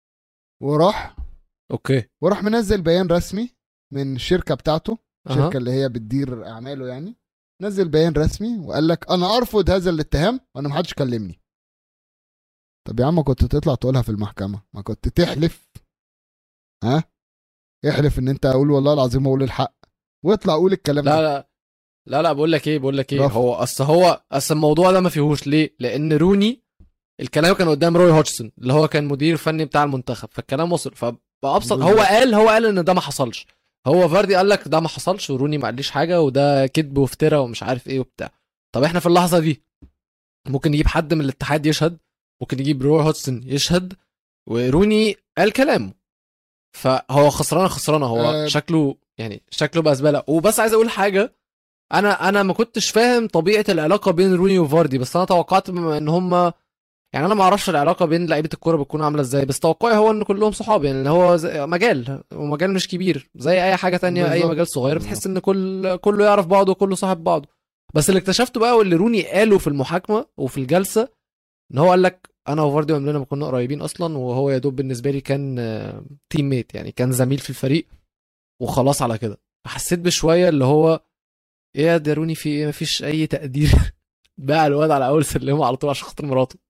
وراح منزل بيان رسمي من الشركه بتاعته، الشركه اللي هي بتدير اعماله يعني. نزل بيان رسمي وقال لك انا ارفض هذا الاتهام وانا محدش كلمني. طب يا عم كنت تطلع تقولها في المحكمه، ما كنت تحلف. احلف ان انت اقول والله العظيم اقول الحق، واطلع قول الكلام لا ده. لا بقول لك ايه هو اصل الموضوع ده ما فيهوش ليه، لان روني الكلام كان قدام روي هوتشسون اللي هو كان مدير فني بتاع المنتخب، فالكلام وصل. فابسط هو قال ان ده ما حصلش. هو فاردي قال لك ده ما حصلش وروني ما قاليش حاجه وده كذب وافترا ومش عارف ايه وبتاع. طب احنا في اللحظه دي ممكن نجيب حد من الاتحاد يشهد، ممكن نجيب روي هوتشسون يشهد، وروني قال كلامه، فهو خسرانه. هو شكله بقى زباله. وبس عايز اقول حاجه، انا ما كنتش فاهم طبيعه العلاقه بين روني وفاردي، بس انا توقعت بما ان هم يعني انا ما اعرفش العلاقه بين لعيبه الكوره بتكون عامله ازاي، بس توقعي هو ان كلهم صحاب يعني، اللي هو مجال ومجال مش كبير زي اي حاجه تانية بالزبط. اي مجال صغير بتحس ان كله يعرف بعضه وكله صاحب بعضه. بس اللي اكتشفته بقى واللي روني قاله في المحاكمه وفي الجلسه ان هو قال لك انا وفاردي عمرنا ما كنا قريبين اصلا، وهو يا دوب بالنسبه لي كان تيم ميت يعني، كان زميل في الفريق وخلاص على كده. حسيت بشويه اللي هو ايه يا داروني في ايه؟ مفيش اي تقدير بقى الواد على اول سلمه على طول عشان خاطر مراته.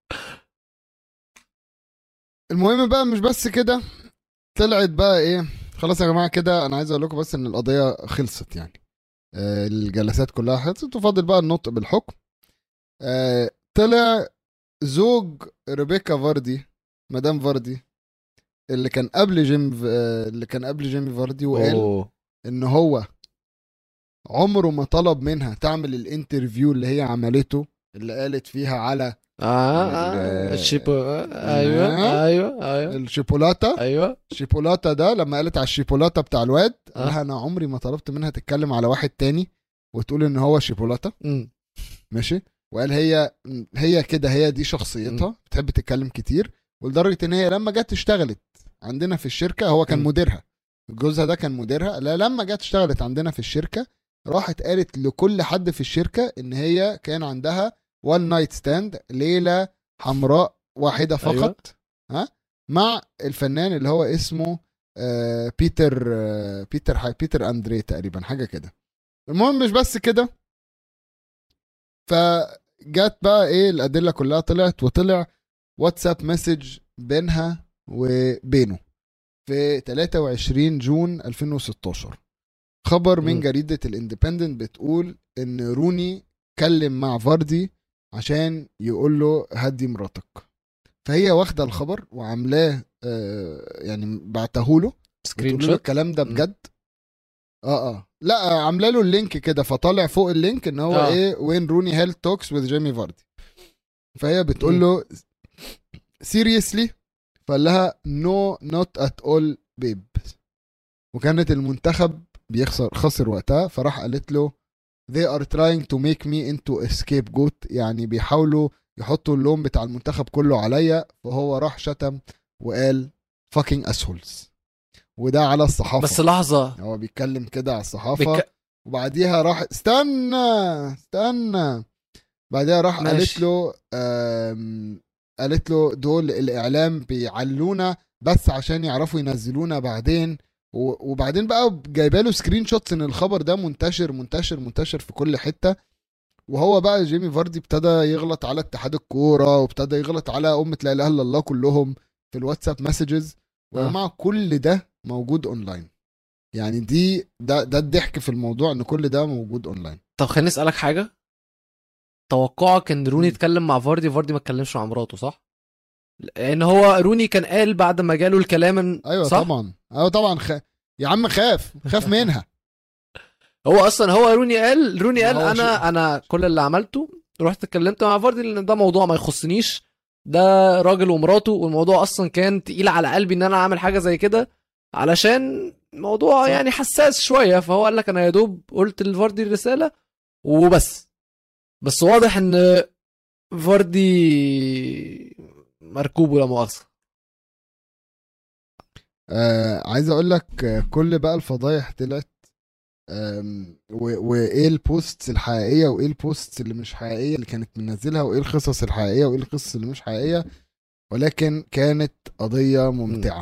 المهم بقى مش بس كده، طلعت بقى ايه، خلاص يا جماعه كده انا عايز اقول لكم بس ان القضيه خلصت يعني. الجلسات كلها خلصت وفاضل بقى النطق بالحكم. طلع زوج ريبيكا فاردي، مدام فاردي اللي كان قبل جيمي فاردي، وقال ان هو عمره ما طلب منها تعمل الانترفيو اللي هي عملته، اللي قالت فيها على ايوه الشيبولاتا. ايوه الشيبولاتا ده لما قالت على الشيبولاتا بتاع الواد قالها انا عمري ما طلبت منها تتكلم على واحد تاني وتقول ان هو شيبولاتا. ماشي. وقال هي كده، هي دي شخصيتها، بتحب تتكلم كتير، ولدرجه ان هي لما جت اشتغلت عندنا في الشركه هو كان مديرها، جوزها ده كان مديرها. لا لما جت اشتغلت عندنا في الشركه راحت قالت لكل حد في الشركه ان هي كان عندها وان نايت ستاند، ليله حمراء واحده فقط. أيوة. ها، مع الفنان اللي هو اسمه بيتر اندري تقريبا، حاجه كده. المهم مش بس كده، فجت بقى ايه الادله كلها طلعت، وطلع واتساب مسج بينها وبينه في 23 جون 2016. خبر من جريدة الاندبندنت بتقول ان روني كلم مع فاردي عشان يقول له هدي مراتك. فهي واخده الخبر وعاملاه يعني بعتهوله سكرين له شوت الكلام ده بجد. لا عامله له اللينك كده، فطالع فوق اللينك ان هو ايه وين روني هيل توكس وذ جيمي فاردي. فهي بتقول له سيريسلي، فقال لها نو نوت ات اول بيب. وكانت المنتخب خسر وقتها، فراح قالت له they are trying to make me into a scapegoat، يعني بيحاولوا يحطوا اللوم بتاع المنتخب كله عليا. فهو راح شتم وقال fucking assholes، وده على الصحافة. بس لحظة، هو بيتكلم كده على الصحافة وبعديها راح استنى بعدها راح قالت له دول الإعلام بيعلونا بس عشان يعرفوا ينزلونا بعدين. وبعدين بقى جايباله سكرين شوتس ان الخبر ده منتشر في كل حتة. وهو بقى جيمي فاردي ابتدى يغلط على اتحاد الكورة، وابتدى يغلط على أمة لا إله إلا الله كلهم في الواتساب مسجز. ومع كل ده موجود اونلاين، يعني ده الضحك في الموضوع ان كل ده موجود اونلاين. طب خليني اسالك حاجه، توقعك ان روني يتكلم مع فاردي ما اتكلمش مع مراته صح؟ لان هو روني كان قال بعد ما جاله الكلام ايوه صح؟ طبعا يا عم خاف منها. هو اصلا روني قال انا كل اللي عملته رحت اتكلمت مع فاردي لان ده موضوع ما يخصنيش، ده راجل ومراته، والموضوع اصلا كان تقيل على قلبي ان انا اعمل حاجه زي كده علشان موضوع صح. يعني حساس شويه. فهو قال لك انا يا دوب قلت لفاردي الرساله وبس. بس واضح ان فاردي مركوب ولا مؤاخذه. عايز اقول لك كل بقى الفضايح طلعت، وايه البوستس الحقيقيه وايه البوستس اللي مش حقيقيه اللي كانت منزلها، وايه القصص الحقيقيه وايه القصص اللي مش حقيقيه. ولكن كانت قضيه ممتعه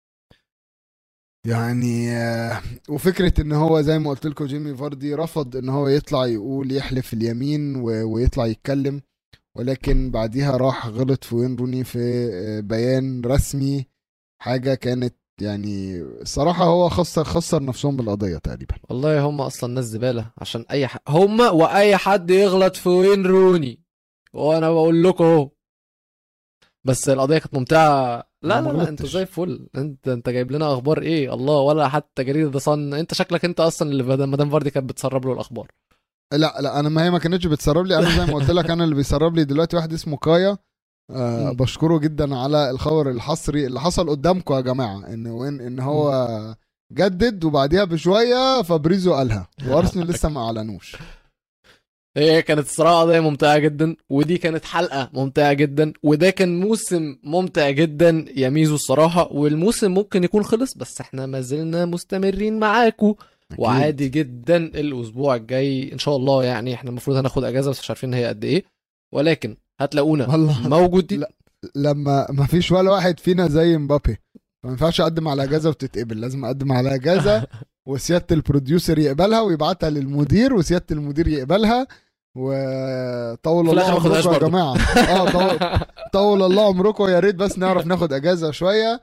يعني. وفكره ان هو زي ما قلت لكم جيمي فاردي رفض ان هو يطلع يقول يحلف اليمين ويطلع يتكلم، ولكن بعديها راح غلط في وين روني في بيان رسمي. حاجه كانت يعني الصراحه هو خسر نفسهم بالقضيه تقريبا. والله هم اصلا ناس زباله، عشان اي هم واي حد يغلط في وين روني، وانا بقول لكم اهو. بس القضيه كانت ممتعه. لا انت زي الفل، انت جايب لنا اخبار ايه الله، ولا حتى جريده ذا صن. انت شكلك انت اصلا اللي مدام فاردي كانت بتسرب له الاخبار. لا انا ما كانتش بتسرب لي، انا زي ما قلت لك انا اللي بيسرب لي دلوقتي واحد اسمه كايا. بشكره جدا على الخبر الحصري اللي حصل قدامكم يا جماعه، ان هو جدد وبعديها بشويه فابريزو قالها وارسنال لسه ما اعلنوش. هي كانت الصراحه قضيه ممتعه جدا، ودي كانت حلقه ممتعه جدا، وده كان موسم ممتع جدا يا ميزو الصراحه. والموسم ممكن يكون خلص بس احنا ما زلنا مستمرين معاكم، وعادي جدا الاسبوع الجاي ان شاء الله. يعني احنا المفروض هناخد اجازه بس مش عارفين هي قد ايه، ولكن هتلاقونا موجودين. لما ما فيش ولا واحد فينا زي مبابي، ما ينفعش اقدم على اجازه وتتقبل، لازم اقدم على اجازه وسياده البروديوسر يقبلها ويبعتها للمدير وسياده المدير يقبلها. وطول الله عمركم يا جماعه. طول الله عمركم، يا ريت بس نعرف ناخد اجازه شويه.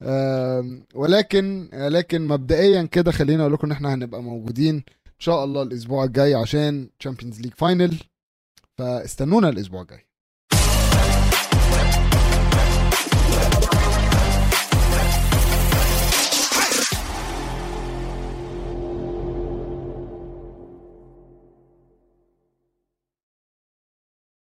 ولكن مبدئيا كده خلينا اقول لكم ان احنا هنبقى موجودين ان شاء الله الاسبوع الجاي عشان تشامبيونز ليج فاينل، فاستنونا الاسبوع الجاي.